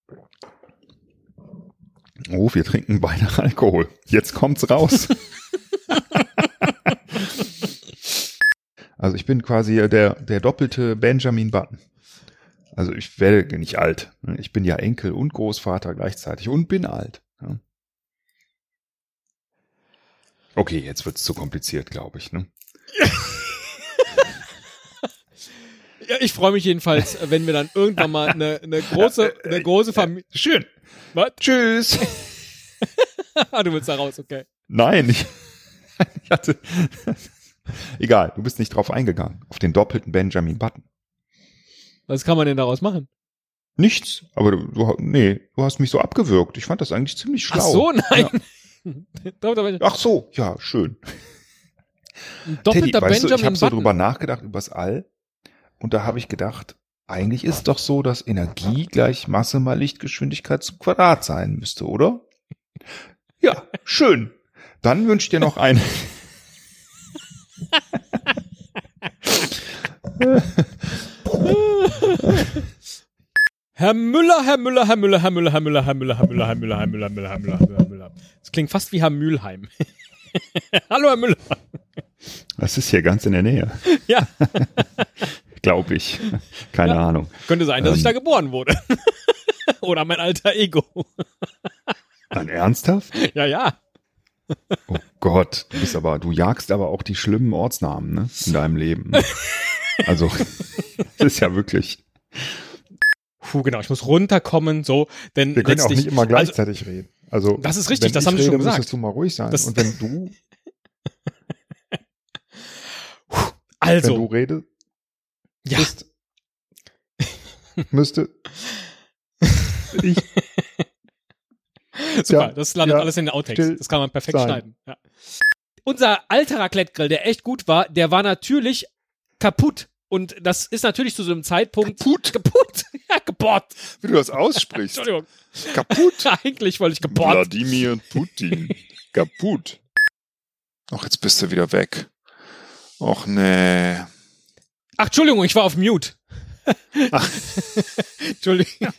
Oh, wir trinken beide Alkohol. Jetzt kommt's raus. Also ich bin quasi der doppelte Benjamin Button. Also ich werde nicht alt. Ich bin ja Enkel und Großvater gleichzeitig und bin alt. Ja. Okay, jetzt wird's zu kompliziert, glaube ich. Ne? Ja, ich freue mich jedenfalls, wenn wir dann irgendwann mal eine große Familie. Schön. Was? Tschüss. Ah, du willst da raus, okay. Nein, ich hatte... Egal, du bist nicht drauf eingegangen. Auf den doppelten Benjamin Button. Was kann man denn daraus machen? Nichts, aber du hast mich so abgewürgt. Ich fand das eigentlich ziemlich schlau. Ach so, nein. Ach so, ja, schön. Ein doppelter Teddy, weißt du, ich Benjamin habe so Button. drüber nachgedacht, übers All. Und da habe ich gedacht, eigentlich ist doch so, dass Energie gleich Masse mal Lichtgeschwindigkeit zum Quadrat sein müsste, oder? Ja, schön. Dann wünsche ich dir noch eine. Herr Müller. Das klingt fast wie Herr Mülheim. Hallo, Herr Müller. Das ist hier ganz in der Nähe. Ja, Glaube ich. Keine Ahnung. könnte sein, dass ich da geboren wurde. Oder mein alter Ego. Dann ernsthaft? Ja, ja. Oh Gott, du jagst aber auch die schlimmen Ortsnamen, ne, in deinem Leben. Also, das ist ja wirklich. Puh, genau, ich muss runterkommen, so, denn Wir können auch letztlich, nicht immer gleichzeitig reden. Also, das ist richtig, wenn das ich haben Sie rede, schon gesagt. müsstest du mal ruhig sein. Das- Und wenn du also, redest, ja, müsste ich super, ja, das landet ja, alles in den Outtakes. still Das kann man perfekt sein. schneiden. Ja. Unser alter Raclette-Grill, der echt gut war, der war natürlich kaputt. Und das ist natürlich zu so einem Zeitpunkt... Kaputt? Ja, gebohrt. wie du das aussprichst. Entschuldigung. Kaputt. Eigentlich wollte ich gebohrt. Wladimir Putin. Kaputt. Ach, jetzt bist du wieder weg. Och, nee. Ach, Entschuldigung, ich war auf Mute. Entschuldigung.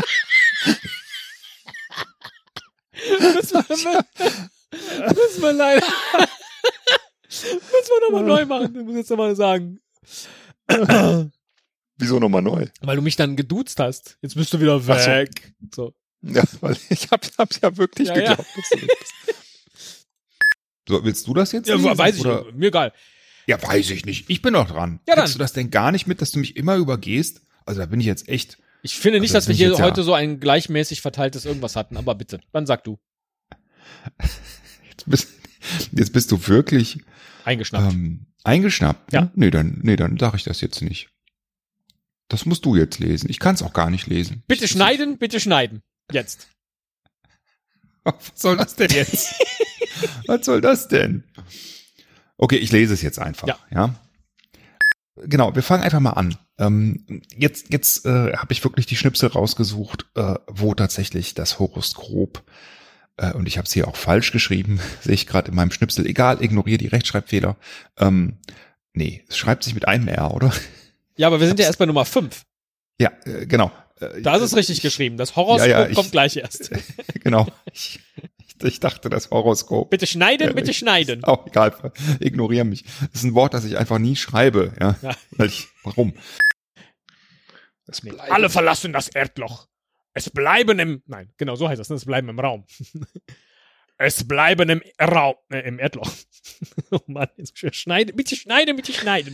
Müssen wir leider. Müssen wir nochmal neu machen. Ich muss jetzt nochmal sagen. Wieso nochmal neu? Weil du mich dann geduzt hast. Jetzt bist du wieder weg. So. Ja, weil ich hab's ja wirklich Ja, geglaubt. Dass du weg bist. So, willst du das jetzt? Ja, lesen, weiß ich oder? nicht. Mir egal. Ja, weiß ich nicht. Ich bin doch dran. Ja, dann. Kriegst du das denn gar nicht mit, dass du mich immer übergehst? Also da bin ich jetzt echt. Ich finde nicht, Also, dass wir bin ich hier jetzt heute ja- so ein gleichmäßig verteiltes irgendwas hatten, aber bitte, dann sag du. Jetzt bist du wirklich Eingeschnappt. eingeschnappt. Ja. Ne? Nee, dann sag ich das jetzt nicht. Das musst du jetzt lesen. Ich kann es auch gar nicht lesen. Bitte schneiden, bitte schneiden. Jetzt. Was soll das denn jetzt? Was soll das denn? Okay, ich lese es jetzt einfach. Ja. Genau, wir fangen einfach mal an. Jetzt habe ich wirklich die Schnipsel rausgesucht, wo tatsächlich das Horoskop, und ich habe es hier auch falsch geschrieben, sehe ich gerade in meinem Schnipsel. Egal, ignoriere die Rechtschreibfehler. Nee, es schreibt sich mit einem R, oder? Ja, aber wir sind ja erst bei Nummer 5. Ja, genau. Da ist es richtig geschrieben. Das Horoskop Ja, kommt gleich erst. Genau. Ich dachte, das Horoskop. Bitte schneiden, Ja, bitte schneiden. Auch egal, ignoriere mich. Das ist ein Wort, das ich einfach nie schreibe. Ja. Ja. Warum? Alle verlassen das Erdloch. Es bleiben im... Nein, genau, so heißt das. Ne? Es bleiben im Raum. Es bleiben im Raum... im Erdloch. Oh Mann, jetzt schneiden. Bitte schneiden, bitte schneiden.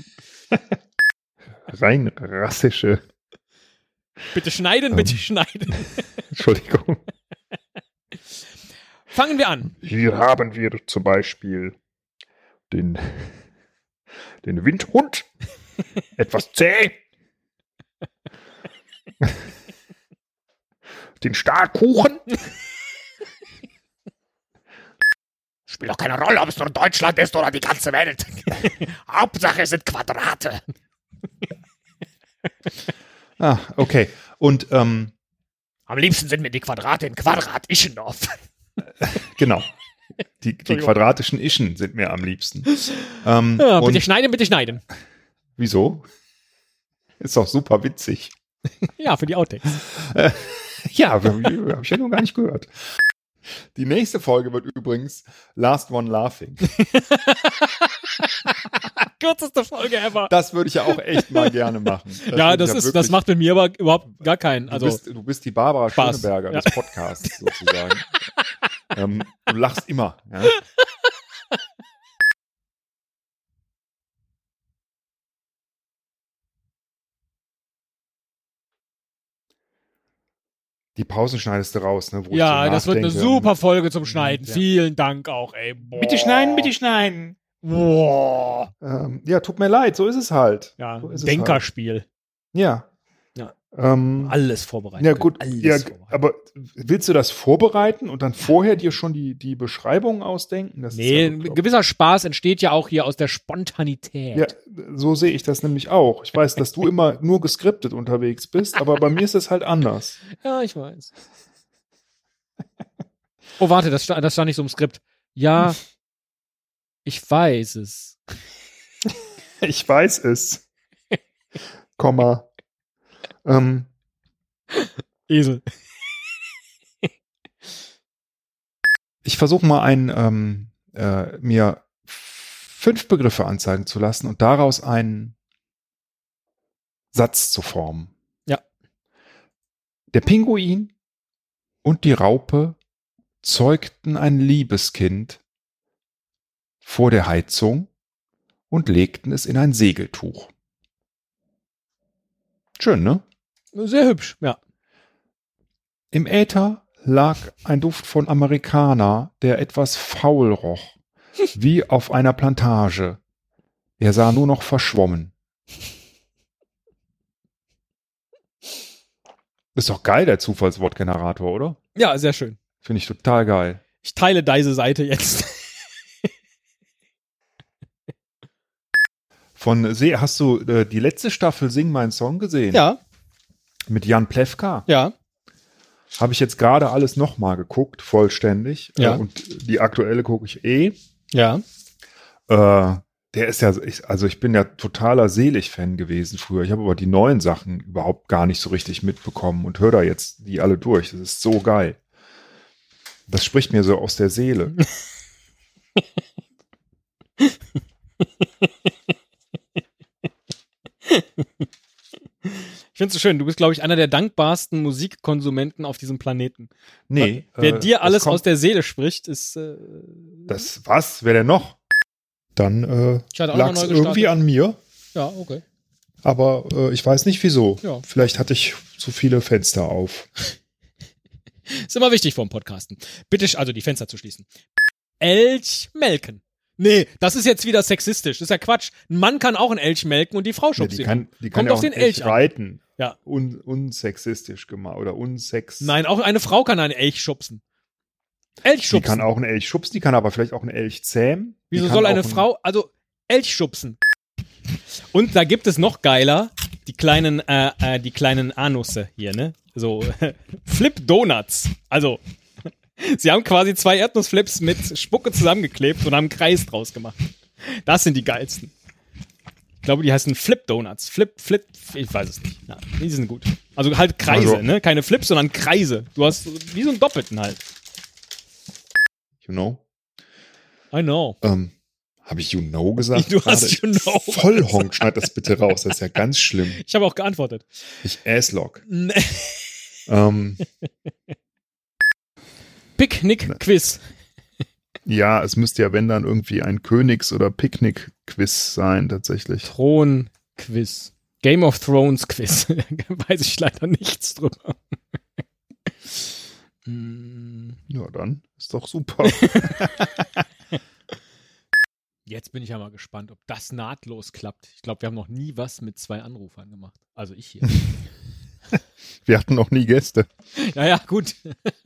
Rein rassische. Bitte schneiden, bitte schneiden. Entschuldigung. Fangen wir an. Hier haben wir zum Beispiel den Windhund. Etwas zäh. Den Stahlkuchen. Spielt doch keine Rolle, ob es nur Deutschland ist oder die ganze Welt. Hauptsache es sind Quadrate. Ah, okay. Und Am liebsten sind mir die Quadrate in Quadrat-Ischendorf. genau. Die quadratischen Ischen sind mir am liebsten. Ja, bitte und schneiden, bitte schneiden. wieso? Ist doch super witzig. Ja, für die Outtakes. Ja, habe ich ja noch gar nicht gehört. Die nächste Folge wird übrigens Last One Laughing. Kürzeste Folge ever. Das würde ich ja auch echt mal gerne machen. Ja, würde das ich ist, das wirklich- macht mit mir aber überhaupt gar keinen. Also, du bist die Barbara Spaß. Schöneberger Ja. des Podcasts sozusagen. Du lachst immer. Ja? Die Pausen schneidest du raus, ne? Wo ich ja, so das wird eine nachdenke. super Folge zum Schneiden. Ja. Vielen Dank auch, ey. Boah. Bitte schneiden. Boah. Ja, tut mir leid, so ist es halt. Ja, So ist es Denkerspiel. Halt. Ja. Ja. Alles vorbereitet. Ja, gut. Alles Ja, vorbereitet. aber willst du das vorbereiten und dann vorher dir schon die Beschreibung ausdenken? Das Nee, ist ein ja gewisser Spaß entsteht ja auch hier aus der Spontanität. Ja, so sehe ich das nämlich auch. Ich weiß, dass du immer nur geskriptet unterwegs bist, aber bei mir ist es halt anders. Ja, ich weiß. Oh, warte, das stand nicht so im Skript. Ja, ich weiß es. Ich weiß es. Komma. Esel. Ich versuche mal mir 5 Begriffe anzeigen zu lassen und daraus einen Satz zu formen. Ja. Der Pinguin und die Raupe zeugten ein Liebeskind vor der Heizung und legten es in ein Segeltuch. Schön, ne? Sehr hübsch, ja. Im Äther lag ein Duft von Amerikaner, der etwas faul roch, wie auf einer Plantage. Er sah nur noch verschwommen. Ist doch geil, der Zufallswortgenerator, oder? Ja, sehr schön. Finde ich total geil. Ich teile diese Seite jetzt. Hast du die letzte Staffel Sing mein Song gesehen? Ja, Mit Jan Plewka? ja. Habe ich jetzt gerade alles nochmal geguckt, vollständig. Ja. Und die aktuelle gucke ich eh. Ja. Der Der ist ja, ich bin ja totaler Selig-Fan gewesen früher. Ich habe aber die neuen Sachen überhaupt gar nicht so richtig mitbekommen und höre da jetzt die alle durch. Das ist so geil. Das spricht mir so aus der Seele. Ich finde es so schön. Du bist, glaube ich, einer der dankbarsten Musikkonsumenten auf diesem Planeten. Nee. Wer dir alles aus der Seele spricht, ist. Das was? Wer denn noch? Dann Ich hatte auch lag es mal neu irgendwie gestartet. an mir. Ja, okay. Aber ich weiß nicht wieso. Ja. Vielleicht hatte ich zu viele Fenster auf. Ist immer wichtig vorm Podcasten. Bitte, also die Fenster zu schließen. Elch melken. Nee, das ist jetzt wieder sexistisch. Das ist ja Quatsch. Ein Mann kann auch einen Elch melken und die Frau Ja, schubst die ihn. kann Kommt ja auf auch den einen Elch Elch an. reiten. Ja. Unsexistisch gemacht oder unsex. Nein, auch eine Frau kann einen Elch schubsen. Elch Die schubsen. kann auch einen Elch schubsen, die kann aber vielleicht auch einen Elch zähmen. Die Wieso kann soll auch eine Frau, also Elch schubsen? Und da gibt es noch geiler, die kleinen Anusse hier, ne? So, Flip Donuts. Also, sie haben quasi 2 Erdnussflips mit Spucke zusammengeklebt und haben einen Kreis draus gemacht. Das sind die geilsten. Ich glaube, die heißen Flip Donuts. Flip, ich weiß es nicht. Ja, die sind gut. Also halt Kreise, Also- ne? Keine Flips, sondern Kreise. Du hast wie so einen Doppelten halt. You know? I know. Habe ich you know gesagt? Du hast gerade? you know Vollhonk, schneid das bitte raus. Das ist ja ganz schlimm. Ich habe auch geantwortet. Ich Asslock. Nee. Ähm, Picknick-Quiz. ja, es müsste ja, wenn dann irgendwie ein Königs- oder Picknick-Quiz sein, tatsächlich. Thron-Quiz. Game of Thrones-Quiz. Weiß ich leider nichts drüber. Ja, dann ist doch super. Jetzt bin ich ja mal gespannt, ob das nahtlos klappt. Ich glaube, wir haben noch nie was mit 2 Anrufern gemacht. Also ich hier. Wir hatten noch nie Gäste. Ja, gut.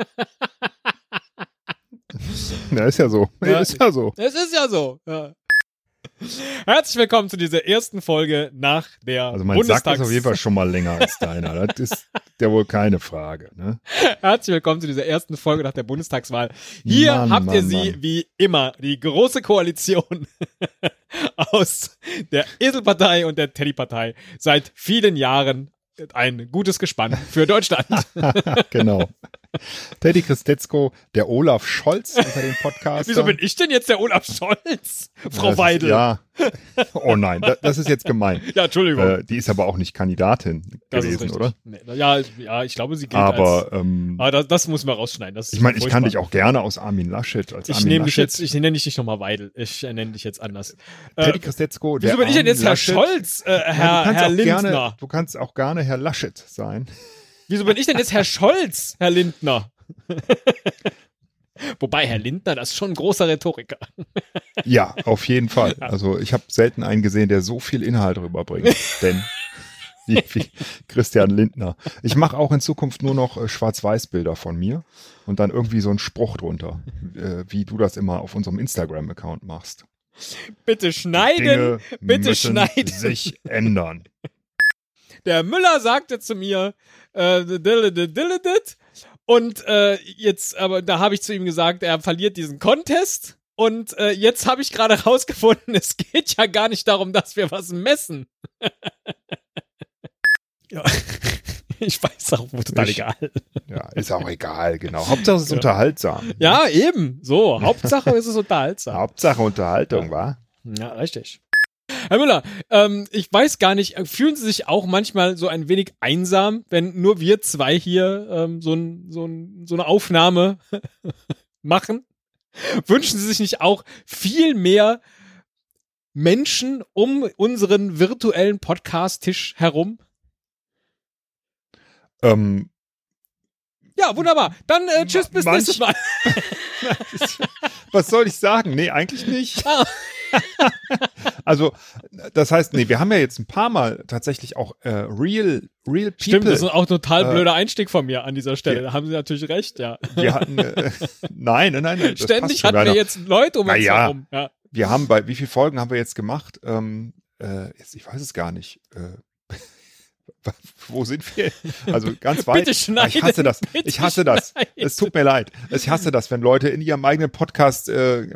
Ja, ist ja so. Ja. Ist ja so. Es ist ja so. Ja. Herzlich willkommen zu dieser ersten Folge nach der Also mein Sack ist auf jeden Fall schon mal länger als deiner. Das ist ja wohl keine Frage. Ne? Herzlich willkommen zu dieser ersten Folge nach der Bundestagswahl. Hier Mann, habt ihr Mann, sie, Mann. wie immer, die große Koalition aus der Eselpartei und der Teddypartei. Seit vielen Jahren ein gutes Gespann für Deutschland. Genau. Teddy Christetzko, der Olaf Scholz unter den Podcastern. Wieso bin ich denn jetzt der Olaf Scholz, Frau Das ist- Weidel? Ja. Oh nein, das ist jetzt gemein. Ja, Entschuldigung. Die ist aber auch nicht Kandidatin Das ist gewesen, richtig. oder? Nee, ja, ich glaube, sie gilt als... Aber Aber das muss man rausschneiden. Das ist ich meine, ich kann furchtbar. dich auch gerne aus Armin Laschet als Ich Armin nehme dich Laschet. jetzt, ich nenne dich nicht nochmal Weidel. Ich nenne dich jetzt anders. Teddy Christetzko, der Wieso bin ich denn Armin jetzt Herr Laschet. Scholz, Ja, Herr Lindner? Gerne, du kannst auch gerne Herr Laschet sein. Wieso bin ich denn jetzt Herr Scholz, Herr Lindner? Wobei, Herr Lindner, das ist schon ein großer Rhetoriker. Ja, auf jeden Fall. Also ich habe selten einen gesehen, der so viel Inhalt rüberbringt. Denn wie Christian Lindner. Ich mache auch in Zukunft nur noch Schwarz-Weiß-Bilder von mir und dann irgendwie so einen Spruch drunter, wie du das immer auf unserem Instagram-Account machst. Bitte schneiden, Dinge bitte müssen schneiden. sich ändern. Der Müller sagte zu mir, und jetzt, aber da habe ich zu ihm gesagt, er verliert diesen Contest. Und jetzt habe ich gerade rausgefunden, es geht ja gar nicht darum, dass wir was messen. Ja, ich weiß auch, total egal. Ja, ist auch egal, genau. Hauptsache es ist unterhaltsam. Ja, eben. So, Hauptsache ist es unterhaltsam. Hauptsache Unterhaltung, wa? Ja, richtig. Herr Müller, ich weiß gar nicht, fühlen Sie sich auch manchmal so ein wenig einsam, wenn nur wir 2 hier so eine Aufnahme machen? Wünschen Sie sich nicht auch viel mehr Menschen um unseren virtuellen Podcast-Tisch herum? Ja, wunderbar. Dann tschüss, bis Manch- nächstes Mal. Was soll ich sagen? Nee, eigentlich nicht. Ah. Also, das heißt, nee, wir haben ja jetzt ein paar Mal tatsächlich auch real people. Stimmt, das ist auch ein total blöder Einstieg von mir an dieser Stelle. Da haben Sie natürlich recht, ja. Wir hatten, nein, das passt Ständig schon. hatten wir jetzt Leute um uns Naja. herum. Ja. Wir haben wie viele Folgen haben wir jetzt gemacht? Ich weiß es gar nicht. Wo sind wir? Also ganz weit. Bitte schneiden. Ich hasse das. Bitte Ich hasse das. schneiden. Es tut mir leid. Ich hasse das, wenn Leute in ihrem eigenen Podcast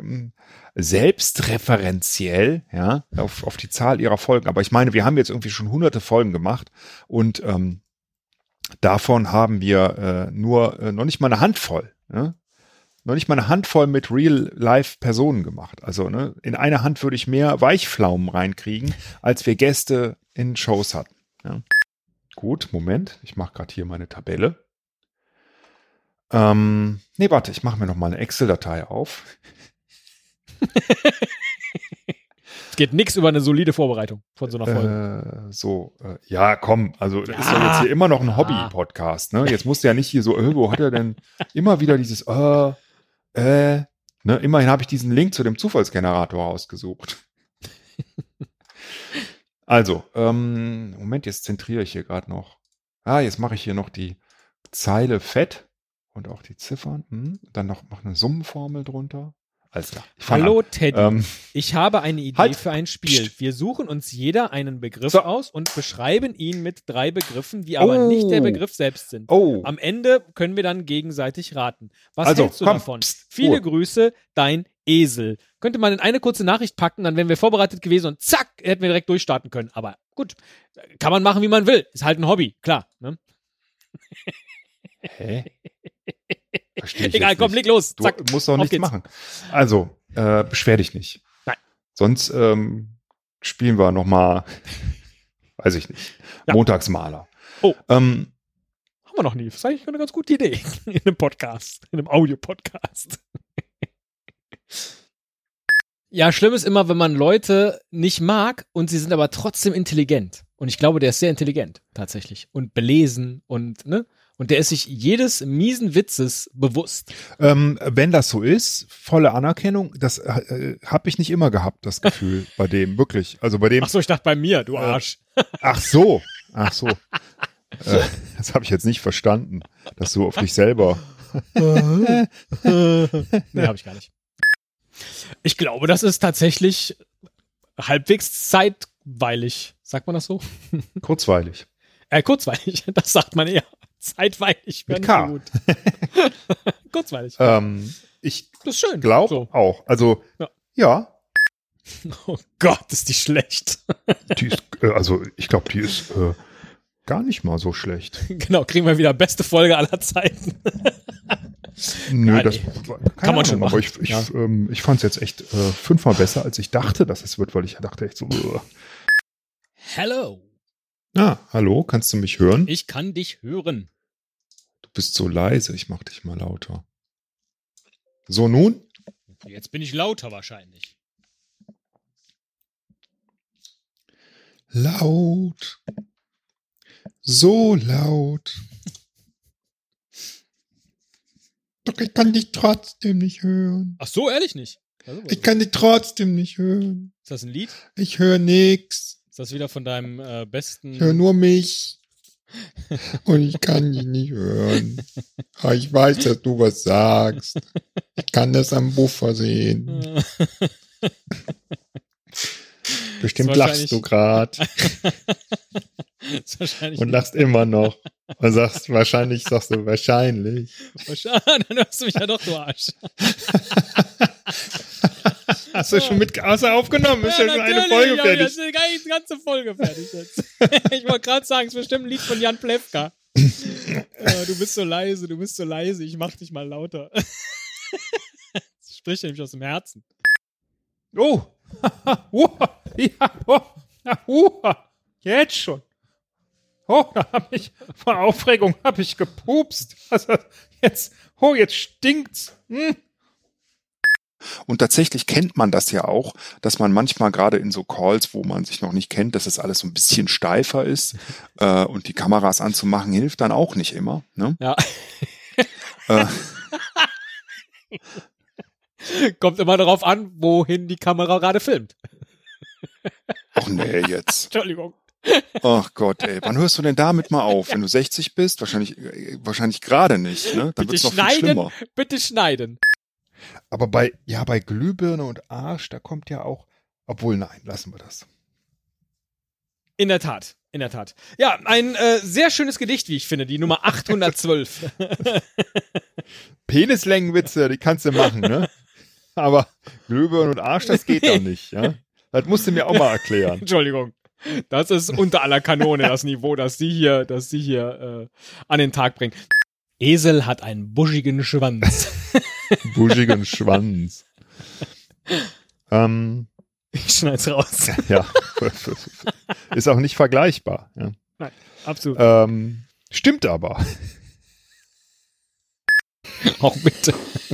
selbstreferenziell, ja, auf die Zahl ihrer Folgen. Aber ich meine, wir haben jetzt irgendwie schon hunderte Folgen gemacht und davon haben wir noch nicht mal eine Handvoll, ne? Noch nicht mal eine Handvoll mit Real-Life-Personen gemacht. Also ne, in einer Hand würde ich mehr Weichpflaumen reinkriegen, als wir Gäste in Shows hatten. Ja. Gut, Moment, ich mache gerade hier meine Tabelle. Nee, warte, ich mache mir noch mal eine Excel-Datei auf. Es geht nichts über eine solide Vorbereitung von so einer Folge. Ja, komm, also das ist ja jetzt hier immer noch ein Hobby-Podcast, ne? Jetzt musst du ja nicht hier so, wo hat er denn immer wieder dieses, ne? Immerhin habe ich diesen Link zu dem Zufallsgenerator ausgesucht. Also, Moment, jetzt zentriere ich hier gerade noch. Jetzt mache ich hier noch die Zeile fett und auch die Ziffern. Dann noch eine Summenformel drunter. Alles klar. Hallo Teddy, ich habe eine Idee halt. für ein Spiel. Psst. Wir suchen uns jeder einen Begriff So. aus und beschreiben ihn mit 3 Begriffen, die aber nicht der Begriff selbst sind. Oh, Am Ende können wir dann gegenseitig raten. Was Also, hältst du komm, davon? psst, Viele Ruhe. Grüße, dein Esel. Könnte man in eine kurze Nachricht packen, dann wären wir vorbereitet gewesen und zack, hätten wir direkt durchstarten können. Aber gut, kann man machen, wie man will. Ist halt ein Hobby, klar. Ne? hä? Verstehe ich Egal, jetzt komm, nicht. leg los. Du Zack. musst doch auf nichts geht's. machen. Also, beschwer dich nicht. Nein. Sonst spielen wir noch mal, weiß ich nicht, Ja. Montagsmaler. Oh. Ähm, Haben wir noch nie. Das ist eigentlich eine ganz gute Idee. In einem Podcast. In einem Audio-Podcast. Ja, schlimm ist immer, wenn man Leute nicht mag und sie sind aber trotzdem intelligent. Und ich glaube, der ist sehr intelligent, tatsächlich. Und belesen und, ne? Und der ist sich jedes miesen Witzes bewusst. wenn das so ist, volle Anerkennung, das habe ich nicht immer gehabt, das Gefühl bei dem, wirklich. Also bei dem, Ach so, ich dachte bei mir, du Arsch. ach so. Das habe ich jetzt nicht verstanden, dass du auf dich selber. Nee, habe ich gar nicht. Ich glaube, das ist tatsächlich halbwegs zeitweilig. Sagt man das so? Kurzweilig. Kurzweilig, das sagt man eher. Zeitweilig wäre Mit nicht K. so gut. Kurzweilig. Ich Das ist schön. glaube So. auch. Also, ja, Oh Gott, ist die schlecht. die ist, ich glaube, die ist gar nicht mal so schlecht. Genau, kriegen wir wieder beste Folge aller Zeiten. Nö, Ja, das nee. kann man schon aber machen. ich fand es jetzt echt 5-mal besser, als ich dachte, dass es wird, weil ich dachte echt so. Hello, Hallo, kannst du mich hören? ich kann dich hören. Du bist so leise, ich mach dich mal lauter. So, nun? Jetzt bin ich lauter wahrscheinlich. Laut. So laut. Doch ich kann dich trotzdem nicht hören. Ach so, ehrlich nicht. Also, Ich kann dich trotzdem nicht hören. ist das ein Lied? Ich höre nix. Ist das wieder von deinem besten... Ich höre nur mich. Und ich kann dich nicht hören. Aber ich weiß, dass du was sagst. Ich kann das am Buffer sehen. Bestimmt Ist lachst du gerade ist wahrscheinlich und lachst immer noch. Und wahrscheinlich sagst du wahrscheinlich. Dann hörst du mich ja doch, du Arsch. Hast du schon aufgenommen? Ist ja schon eine Folge fertig. Ist die ganze Folge fertig jetzt. Ich wollte gerade sagen, es ist bestimmt ein Lied von Jan Plewka. Du bist so leise, ich mach dich mal lauter. Das spricht nämlich aus dem Herzen. Oh. Jetzt schon. Oh, da habe ich vor Aufregung gepupst. Also jetzt stinkt's. Und tatsächlich kennt man das ja auch, dass man manchmal gerade in so Calls, wo man sich noch nicht kennt, dass es alles so ein bisschen steifer ist und die Kameras anzumachen hilft dann auch nicht immer. Ne? Ja. Äh, Kommt immer darauf an, wohin die Kamera gerade filmt. ach nee, jetzt. Entschuldigung. Ach Gott, ey. Wann hörst du denn damit mal auf? Wenn du 60 bist? Wahrscheinlich gerade nicht. Ne? Dann wird's noch viel schlimmer. Bitte schneiden. Aber bei Glühbirne und Arsch, da kommt ja auch, obwohl nein, lassen wir das. In der Tat. In der Tat. Ja, ein sehr schönes Gedicht, wie ich finde, die Nummer 812. Penislängenwitze, die kannst du machen, ne? Aber Glühbirne und Arsch, das geht doch nicht, ja? Das musst du mir auch mal erklären. Entschuldigung. Das ist unter aller Kanone, das Niveau, das sie hier an den Tag bringen. Esel hat einen buschigen Schwanz. Buschigen Schwanz. Ich schneid's raus. Ja. Ist auch nicht vergleichbar. Ja. Nein, absolut. Stimmt aber. Auch bitte.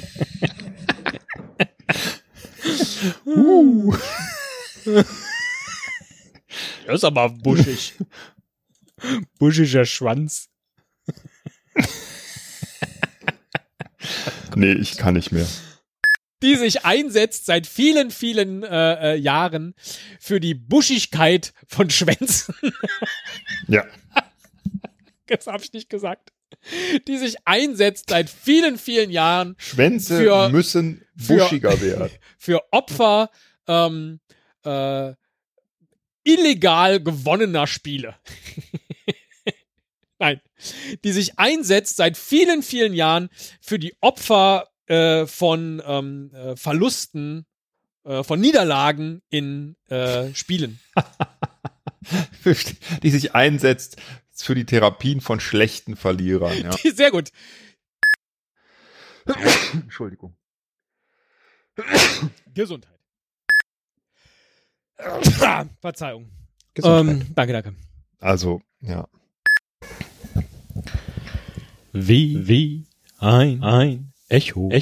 Das ist aber buschig. Buschiger Schwanz. Nee, ich kann nicht mehr. Die sich einsetzt seit vielen, vielen Jahren für die Buschigkeit von Schwänzen. Ja. Das habe ich nicht gesagt. Die sich einsetzt seit vielen, vielen Jahren. Schwänze müssen buschiger werden. Für Opfer illegal gewonnener Spiele. Nein. Die sich einsetzt seit vielen, vielen Jahren für die Opfer von Verlusten, von Niederlagen in Spielen. Die sich einsetzt für die Therapien von schlechten Verlierern. Ja. Sehr gut. Entschuldigung. Gesundheit. Verzeihung. Gesundheit. Danke. Also, ja. Wie ein Echo.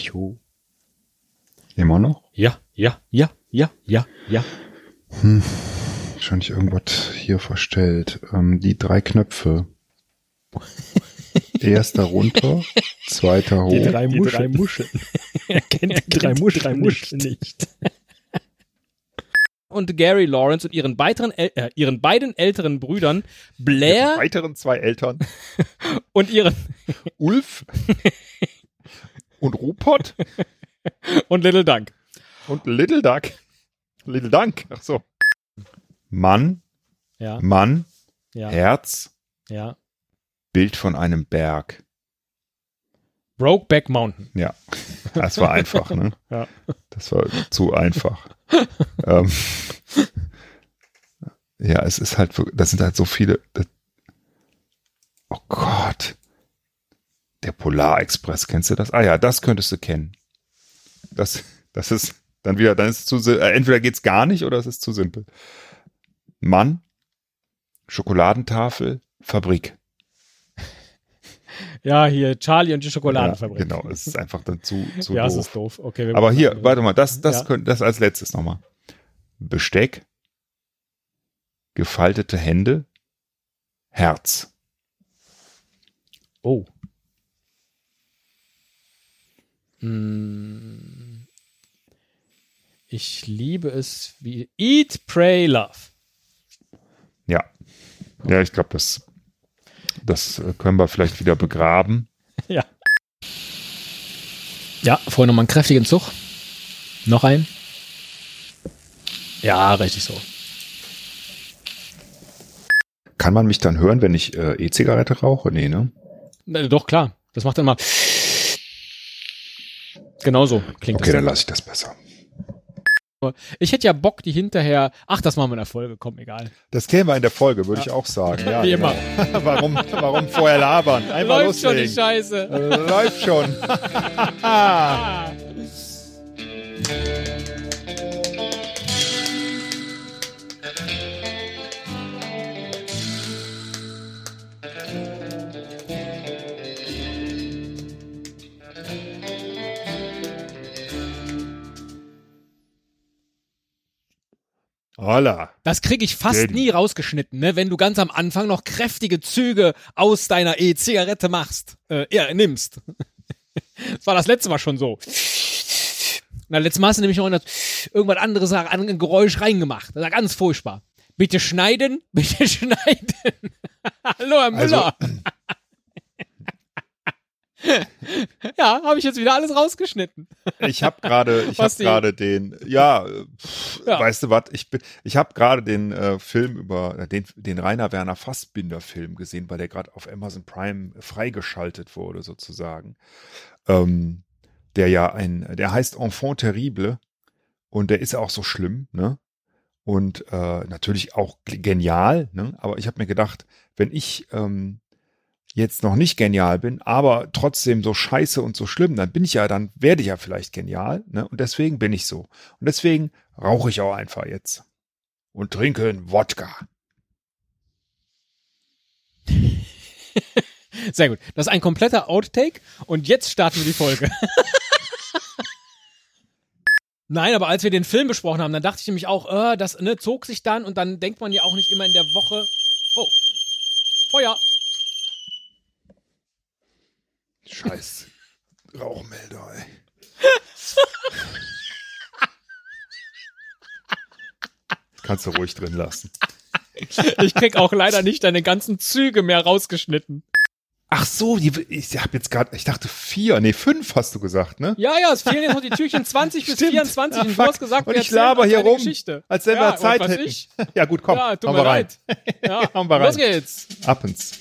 Immer noch? Ja. Wahrscheinlich irgendwas hier verstellt. Die 3 Knöpfe. Erster runter, zweiter hoch. Die drei Muscheln. Er kennt die drei Muscheln nicht. Und Gary Lawrence und ihren beiden älteren Brüdern Blair Weiteren 2 Eltern. und ihren Ulf und Rupert und Little Dunk. und Little Duck. Little Dunk. Ach so. Mann, Ja, ja, Herz, ja. Bild von einem Berg. Brokeback Mountain. Ja, das war einfach, ne? Ja. Das war zu einfach. Ja, es ist halt, das sind halt so viele. Oh Gott. Der Polarexpress, kennst du das? Ah ja, das könntest du kennen. Das ist dann wieder, dann ist es zu, entweder geht's gar nicht oder es ist zu simpel. Mann, Schokoladentafel, Fabrik. Ja, hier Charlie und die Schokoladenfabrik. Ja, genau, es ist einfach dann zu Ja, doof. es ist doof. Okay, wir Aber machen hier, eine- warte mal, das Ja. könnte das als letztes nochmal. Besteck, gefaltete Hände, Herz. Oh. Ich liebe es wie Eat, Pray, Love. Ja. Ja, ich glaube, das können wir vielleicht wieder begraben. Ja. Ja, vorher nochmal einen kräftigen Zug. Noch einen. Ja, richtig so. Kann man mich dann hören, wenn ich E-Zigarette rauche? Nee, ne? Doch, klar. Das macht dann mal. Genauso klingt Okay, das. dann lasse ich das besser. Ich hätte ja Bock, die hinterher. Ach, das machen wir in der Folge. Komm, egal. Das käme in der Folge, würde ich auch sagen. Ja, Wie immer. genau. warum vorher labern? Einfach Läuft schon die loslegen. Scheiße. Läuft schon. Ah. Holla. Das kriege ich fast Daddy. nie rausgeschnitten, ne? Wenn du ganz am Anfang noch kräftige Züge aus deiner E-Zigarette machst, nimmst. Das war das letzte Mal schon so. Na, letztes Mal hast du nämlich noch irgendwas anderes an ein Geräusch reingemacht. Das war ganz furchtbar. Bitte schneiden, bitte schneiden. Hallo, Herr Müller. Ja, habe ich jetzt wieder alles rausgeschnitten. Ich habe gerade den, weißt du was, ich habe gerade den Film über den Rainer Werner Fassbinder Film gesehen, weil der gerade auf Amazon Prime freigeschaltet wurde sozusagen. Der heißt Enfant terrible und der ist auch so schlimm, ne? Und natürlich auch genial, ne? Aber ich habe mir gedacht, wenn ich jetzt noch nicht genial bin, aber trotzdem so scheiße und so schlimm, dann werde ich ja vielleicht genial, ne? Und deswegen bin ich so. Und deswegen rauche ich auch einfach jetzt. Und trinke einen Wodka. Sehr gut. Das ist ein kompletter Outtake und jetzt starten wir die Folge. Nein, aber als wir den Film besprochen haben, dann dachte ich nämlich auch, das zog sich dann und dann denkt man ja auch nicht immer in der Woche, oh, Feuer. Scheiß Rauchmelder, ey. Kannst du ruhig drin lassen. Ich krieg auch leider nicht deine ganzen Züge mehr rausgeschnitten. Ach so, ich dachte 5 hast du gesagt, ne? Ja, es fehlen jetzt noch die Türchen 20 bis 24 und du hast gesagt, und wir ich laber hier rum, Geschichte. als wenn wir Zeit hätten. Ja gut, komm, ja, tut hauen mir wir rein. leid. Ja, Hauen wir rein. los geht's. Appens.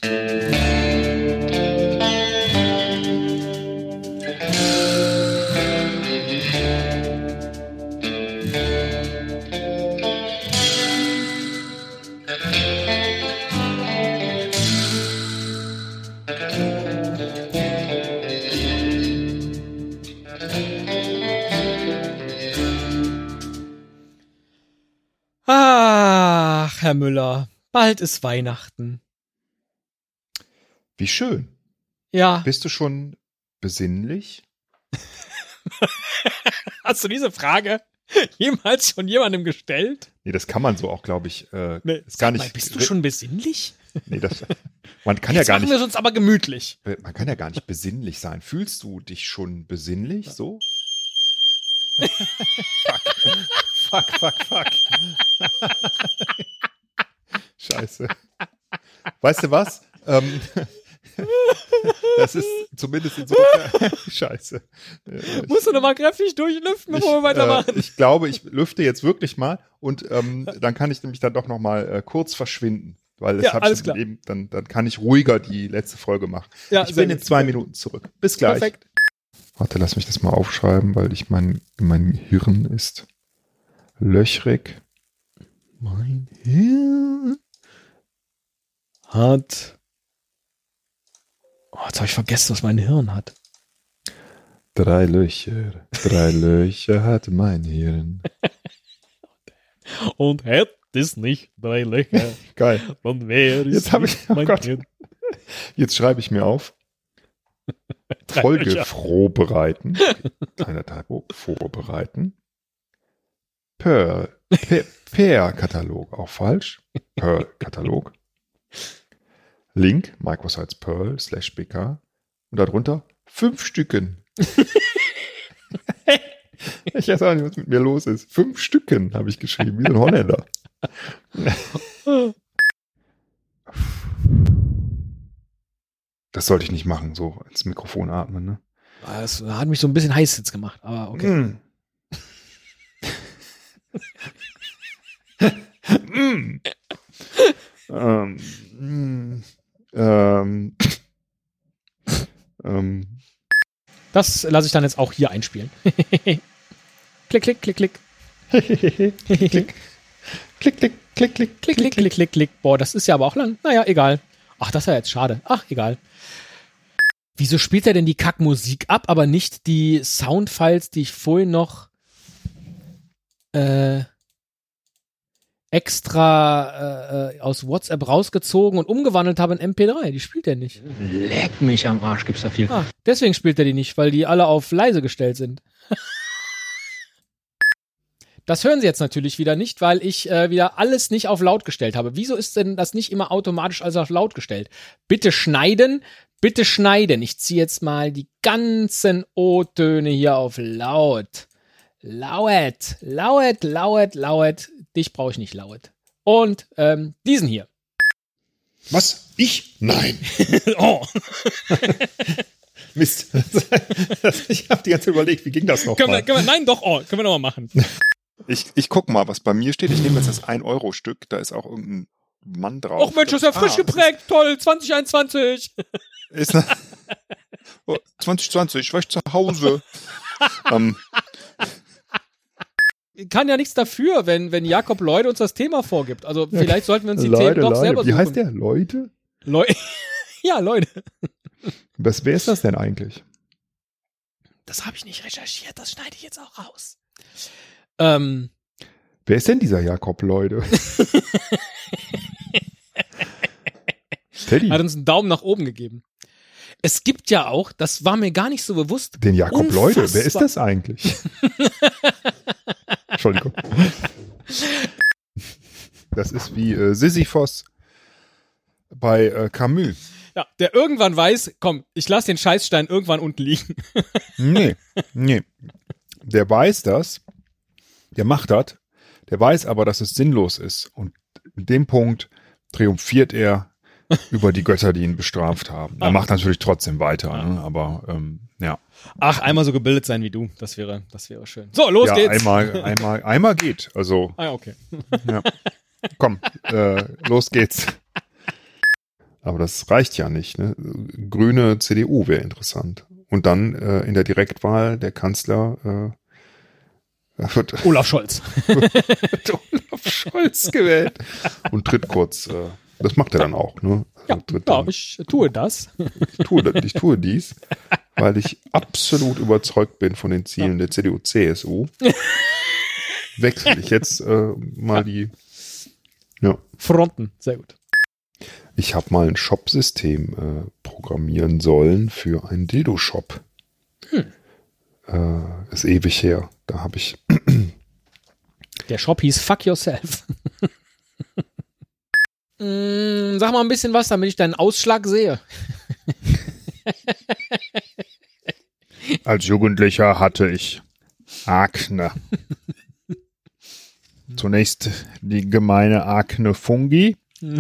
Ach, Herr Müller, bald ist Weihnachten. Wie schön. Ja. Bist du schon besinnlich? Hast du diese Frage jemals schon jemandem gestellt? Nee, das kann man so auch, glaube ich. Ist Sag gar mal, nicht. bist du schon besinnlich? Nee, man kann Jetzt ja gar machen nicht. wir es uns aber gemütlich. Man kann ja gar nicht besinnlich sein. Fühlst du dich schon besinnlich so? Fuck. Scheiße. Weißt du was? Das ist zumindest insofern. Scheiße. Musst du nochmal kräftig durchlüften, bevor wir weitermachen? Ich glaube, ich lüfte jetzt wirklich mal und dann kann ich nämlich dann doch nochmal kurz verschwinden. Weil das alles klar. Eben, dann kann ich ruhiger die letzte Folge machen. Ja, ich bin in 2 Minuten zurück. Bis gleich. Perfekt. Warte, lass mich das mal aufschreiben, weil mein Hirn ist löchrig. Mein Hirn hat... Oh, jetzt habe ich vergessen, was mein Hirn hat. 3 Löcher hat mein Hirn. Und hätte es nicht 3 Löcher, Geil. dann wäre es Jetzt habe ich, oh mein Gott, Hirn. jetzt schreibe ich mir auf. 3 Folge Löcher. vorbereiten. Kleiner Typo, vorbereiten. Pearl-Katalog, auch falsch. Pearl-Katalog. Link, Microsites Pearl /BK. Und darunter 5 Stücken. Ich weiß auch nicht, was mit mir los ist. 5 Stücken habe ich geschrieben, wie so ein Holländer. Das sollte ich nicht machen, so ins Mikrofon atmen, ne? Das hat mich so ein bisschen heiß jetzt gemacht, aber okay. Das lasse ich dann jetzt auch hier einspielen. Klick, klick, klick, klick. Klick, klick, klick, klick, klick. Klick, klick, klick, klick, klick. Boah, das ist ja aber auch lang. Naja, egal. Ach, das ist ja jetzt schade. Ach, egal. Wieso spielt er denn die Kackmusik ab, aber nicht die Soundfiles, die ich vorhin noch extra aus WhatsApp rausgezogen und umgewandelt habe in MP3? Die spielt er nicht. Leck mich am Arsch, gibt's da viel. Ah, deswegen spielt er die nicht, weil die alle auf leise gestellt sind. Das hören Sie jetzt natürlich wieder nicht, weil ich wieder alles nicht auf laut gestellt habe. Wieso ist denn das nicht immer automatisch als auf laut gestellt? Bitte schneiden, bitte schneiden. Ich ziehe jetzt mal die ganzen O-Töne hier auf laut. Laut, laut, laut, laut. Dich brauche ich nicht laut. Und diesen hier. Was? Ich? Nein. Oh. Mist. Ich habe die ganze Zeit überlegt, wie ging das noch mal? Nein, doch, können wir noch mal machen. Ich guck mal, was bei mir steht. Ich nehme jetzt das 1-Euro-Stück. Da ist auch irgendein Mann drauf. Och Mensch, das ist ja frisch geprägt. Toll, 2021. Ist 2020, war ich zu Hause. Kann ja nichts dafür, wenn Jakob Leude uns das Thema vorgibt. Also vielleicht sollten wir uns die Themen doch selber suchen. Wie heißt der? Leute? Ja, Leute. Wer ist das denn eigentlich? Das habe ich nicht recherchiert, das schneide ich jetzt auch raus. Wer ist denn dieser Jakob Leute? Teddy. Hat uns einen Daumen nach oben gegeben. Es gibt ja auch, das war mir gar nicht so bewusst. Den Jakob Leute, wer ist das eigentlich? Entschuldigung. Das ist wie Sisyphos bei Camus. Ja, der irgendwann weiß, komm, ich lasse den Scheißstein irgendwann unten liegen. Nee. Der weiß das, der macht das, der weiß aber, dass es sinnlos ist. Und in dem Punkt triumphiert er über die Götter, die ihn bestraft haben. Er macht natürlich trotzdem weiter, ne? Aber ja. Ach, einmal so gebildet sein wie du, das wäre schön. So, los geht's. Einmal geht. Also, okay. ja. Komm, los geht's. Aber das reicht ja nicht. Ne? Grüne CDU wäre interessant. Und dann in der Direktwahl der Kanzler wird Olaf Scholz. wird Olaf Scholz gewählt und tritt kurz. Das macht er dann auch. Ne? Ja, ich tue das. Ich tue dies, weil ich absolut überzeugt bin von den Zielen der CDU-CSU. Wechsle ich jetzt mal die Fronten. Sehr gut. Ich habe mal ein Shop-System programmieren sollen für einen Dildo-Shop. Ist ewig her. Da habe ich... Der Shop hieß Fuck Yourself. Sag mal ein bisschen was, damit ich deinen Ausschlag sehe. Als Jugendlicher hatte ich Akne. Zunächst die gemeine Akne fungi,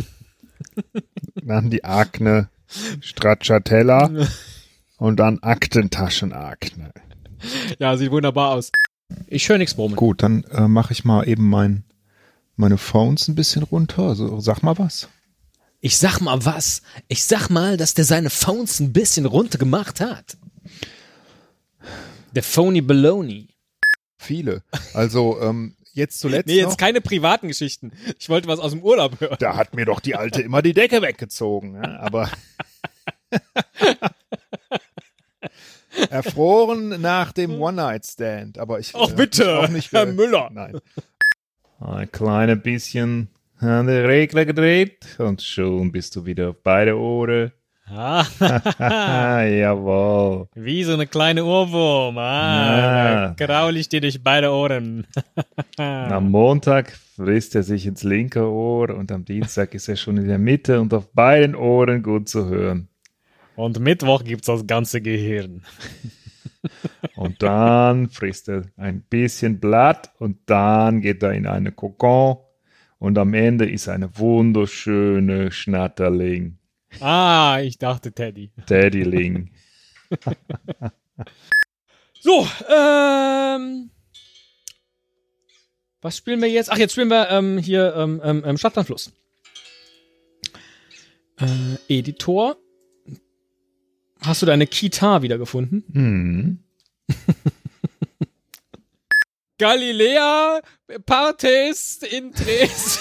dann die Akne stracciatella und dann Aktentaschenakne. Ja, sieht wunderbar aus. Ich höre nichts brummen. Gut, dann mache ich mal eben meine Phones ein bisschen runter. Also sag mal was. Ich sag mal was. Ich sag mal, dass der seine Phones ein bisschen runter gemacht hat. Der Phony Baloney. Viele. Also jetzt zuletzt Nee, jetzt noch. keine privaten Geschichten. Ich wollte was aus dem Urlaub hören. Da hat mir doch die Alte immer die Decke weggezogen. Ja? Aber erfroren nach dem One-Night-Stand. Aber ich Ach bitte, auch nicht, Herr Müller. Nein. Ein kleines bisschen an der Regler gedreht und schon bist du wieder auf beide Ohren. Jawohl. Wie so eine kleine Ohrwurm. Da kraul ich dir durch beide Ohren. Am Montag frisst er sich ins linke Ohr und am Dienstag ist er schon in der Mitte und auf beiden Ohren gut zu hören. Und Mittwoch gibt's das ganze Gehirn. Und dann frisst er ein bisschen Blatt und dann geht er in eine Kokon und am Ende ist eine wunderschöne Schnatterling. Ich dachte Teddy. Teddyling. So, was spielen wir jetzt? Ach, jetzt spielen wir hier Stadt, Land, Fluss. Editor. Hast du deine Kita wiedergefunden? Mhm. Galilea Partes in Dresden.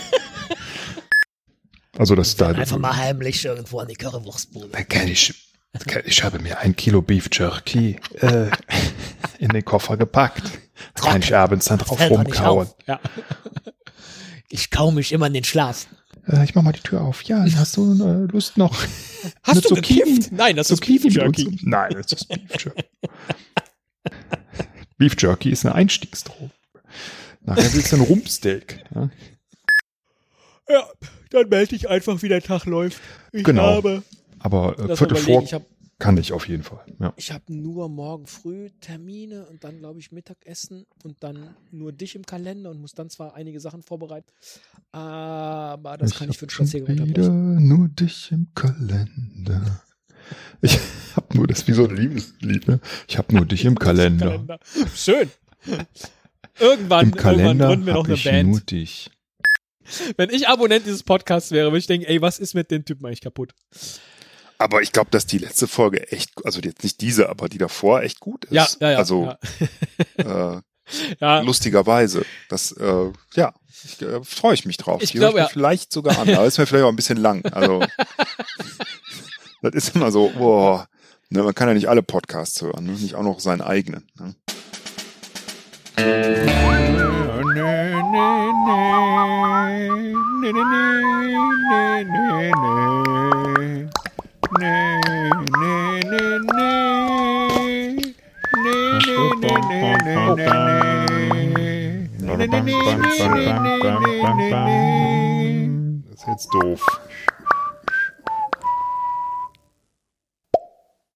Also das da. Einfach mal heimlich irgendwo an die Currywurstbude. Ich habe mir 1 Kilo Beef Jerky in den Koffer gepackt. Da kann ich abends dann drauf fällt doch nicht rumkauen. auf. Ja. Ich kau mich immer in den Schlaf. Ich mach mal die Tür auf. Ja, hast du Lust noch? Hast du Zucchini? gekifft? Nein, das ist Zucchini Beef mit uns? Jerky. Nein, das ist Beef Jerky. Beef Jerky ist eine Einstiegsdroge. Nachher willst du ein Rumpsteak. Ja? Ja, dann melde ich einfach, wie der Tag läuft. Ich Genau. habe... Aber Lass Viertel mal vor überlegen, kann ich auf jeden Fall. Ja. Ich habe nur morgen früh Termine und dann, glaube ich, Mittagessen und dann nur dich im Kalender und muss dann zwar einige Sachen vorbereiten, aber das kann ich für den Spaziergang wieder unterbrechen. nur dich im Kalender. Ich hab nur, das ist wie so ein Liebeslied, ne? Ich hab nur dich im Kalender. Schön. Irgendwann gründen wir noch eine Band. Nur dich. Wenn ich Abonnent dieses Podcasts wäre, würde ich denken, ey, was ist mit dem Typen eigentlich kaputt? Aber ich glaube, dass die letzte Folge echt, also jetzt nicht diese, aber die davor echt gut ist. Ja. Also ja. lustigerweise. Das, freue ich mich drauf. Ich Die höre glaube, mir vielleicht sogar an. Aber ist mir vielleicht auch ein bisschen lang. Also das ist immer so, boah, ne, man kann ja nicht alle Podcasts hören, ne? Nicht auch noch seinen eigenen. Ne? Das ist jetzt doof.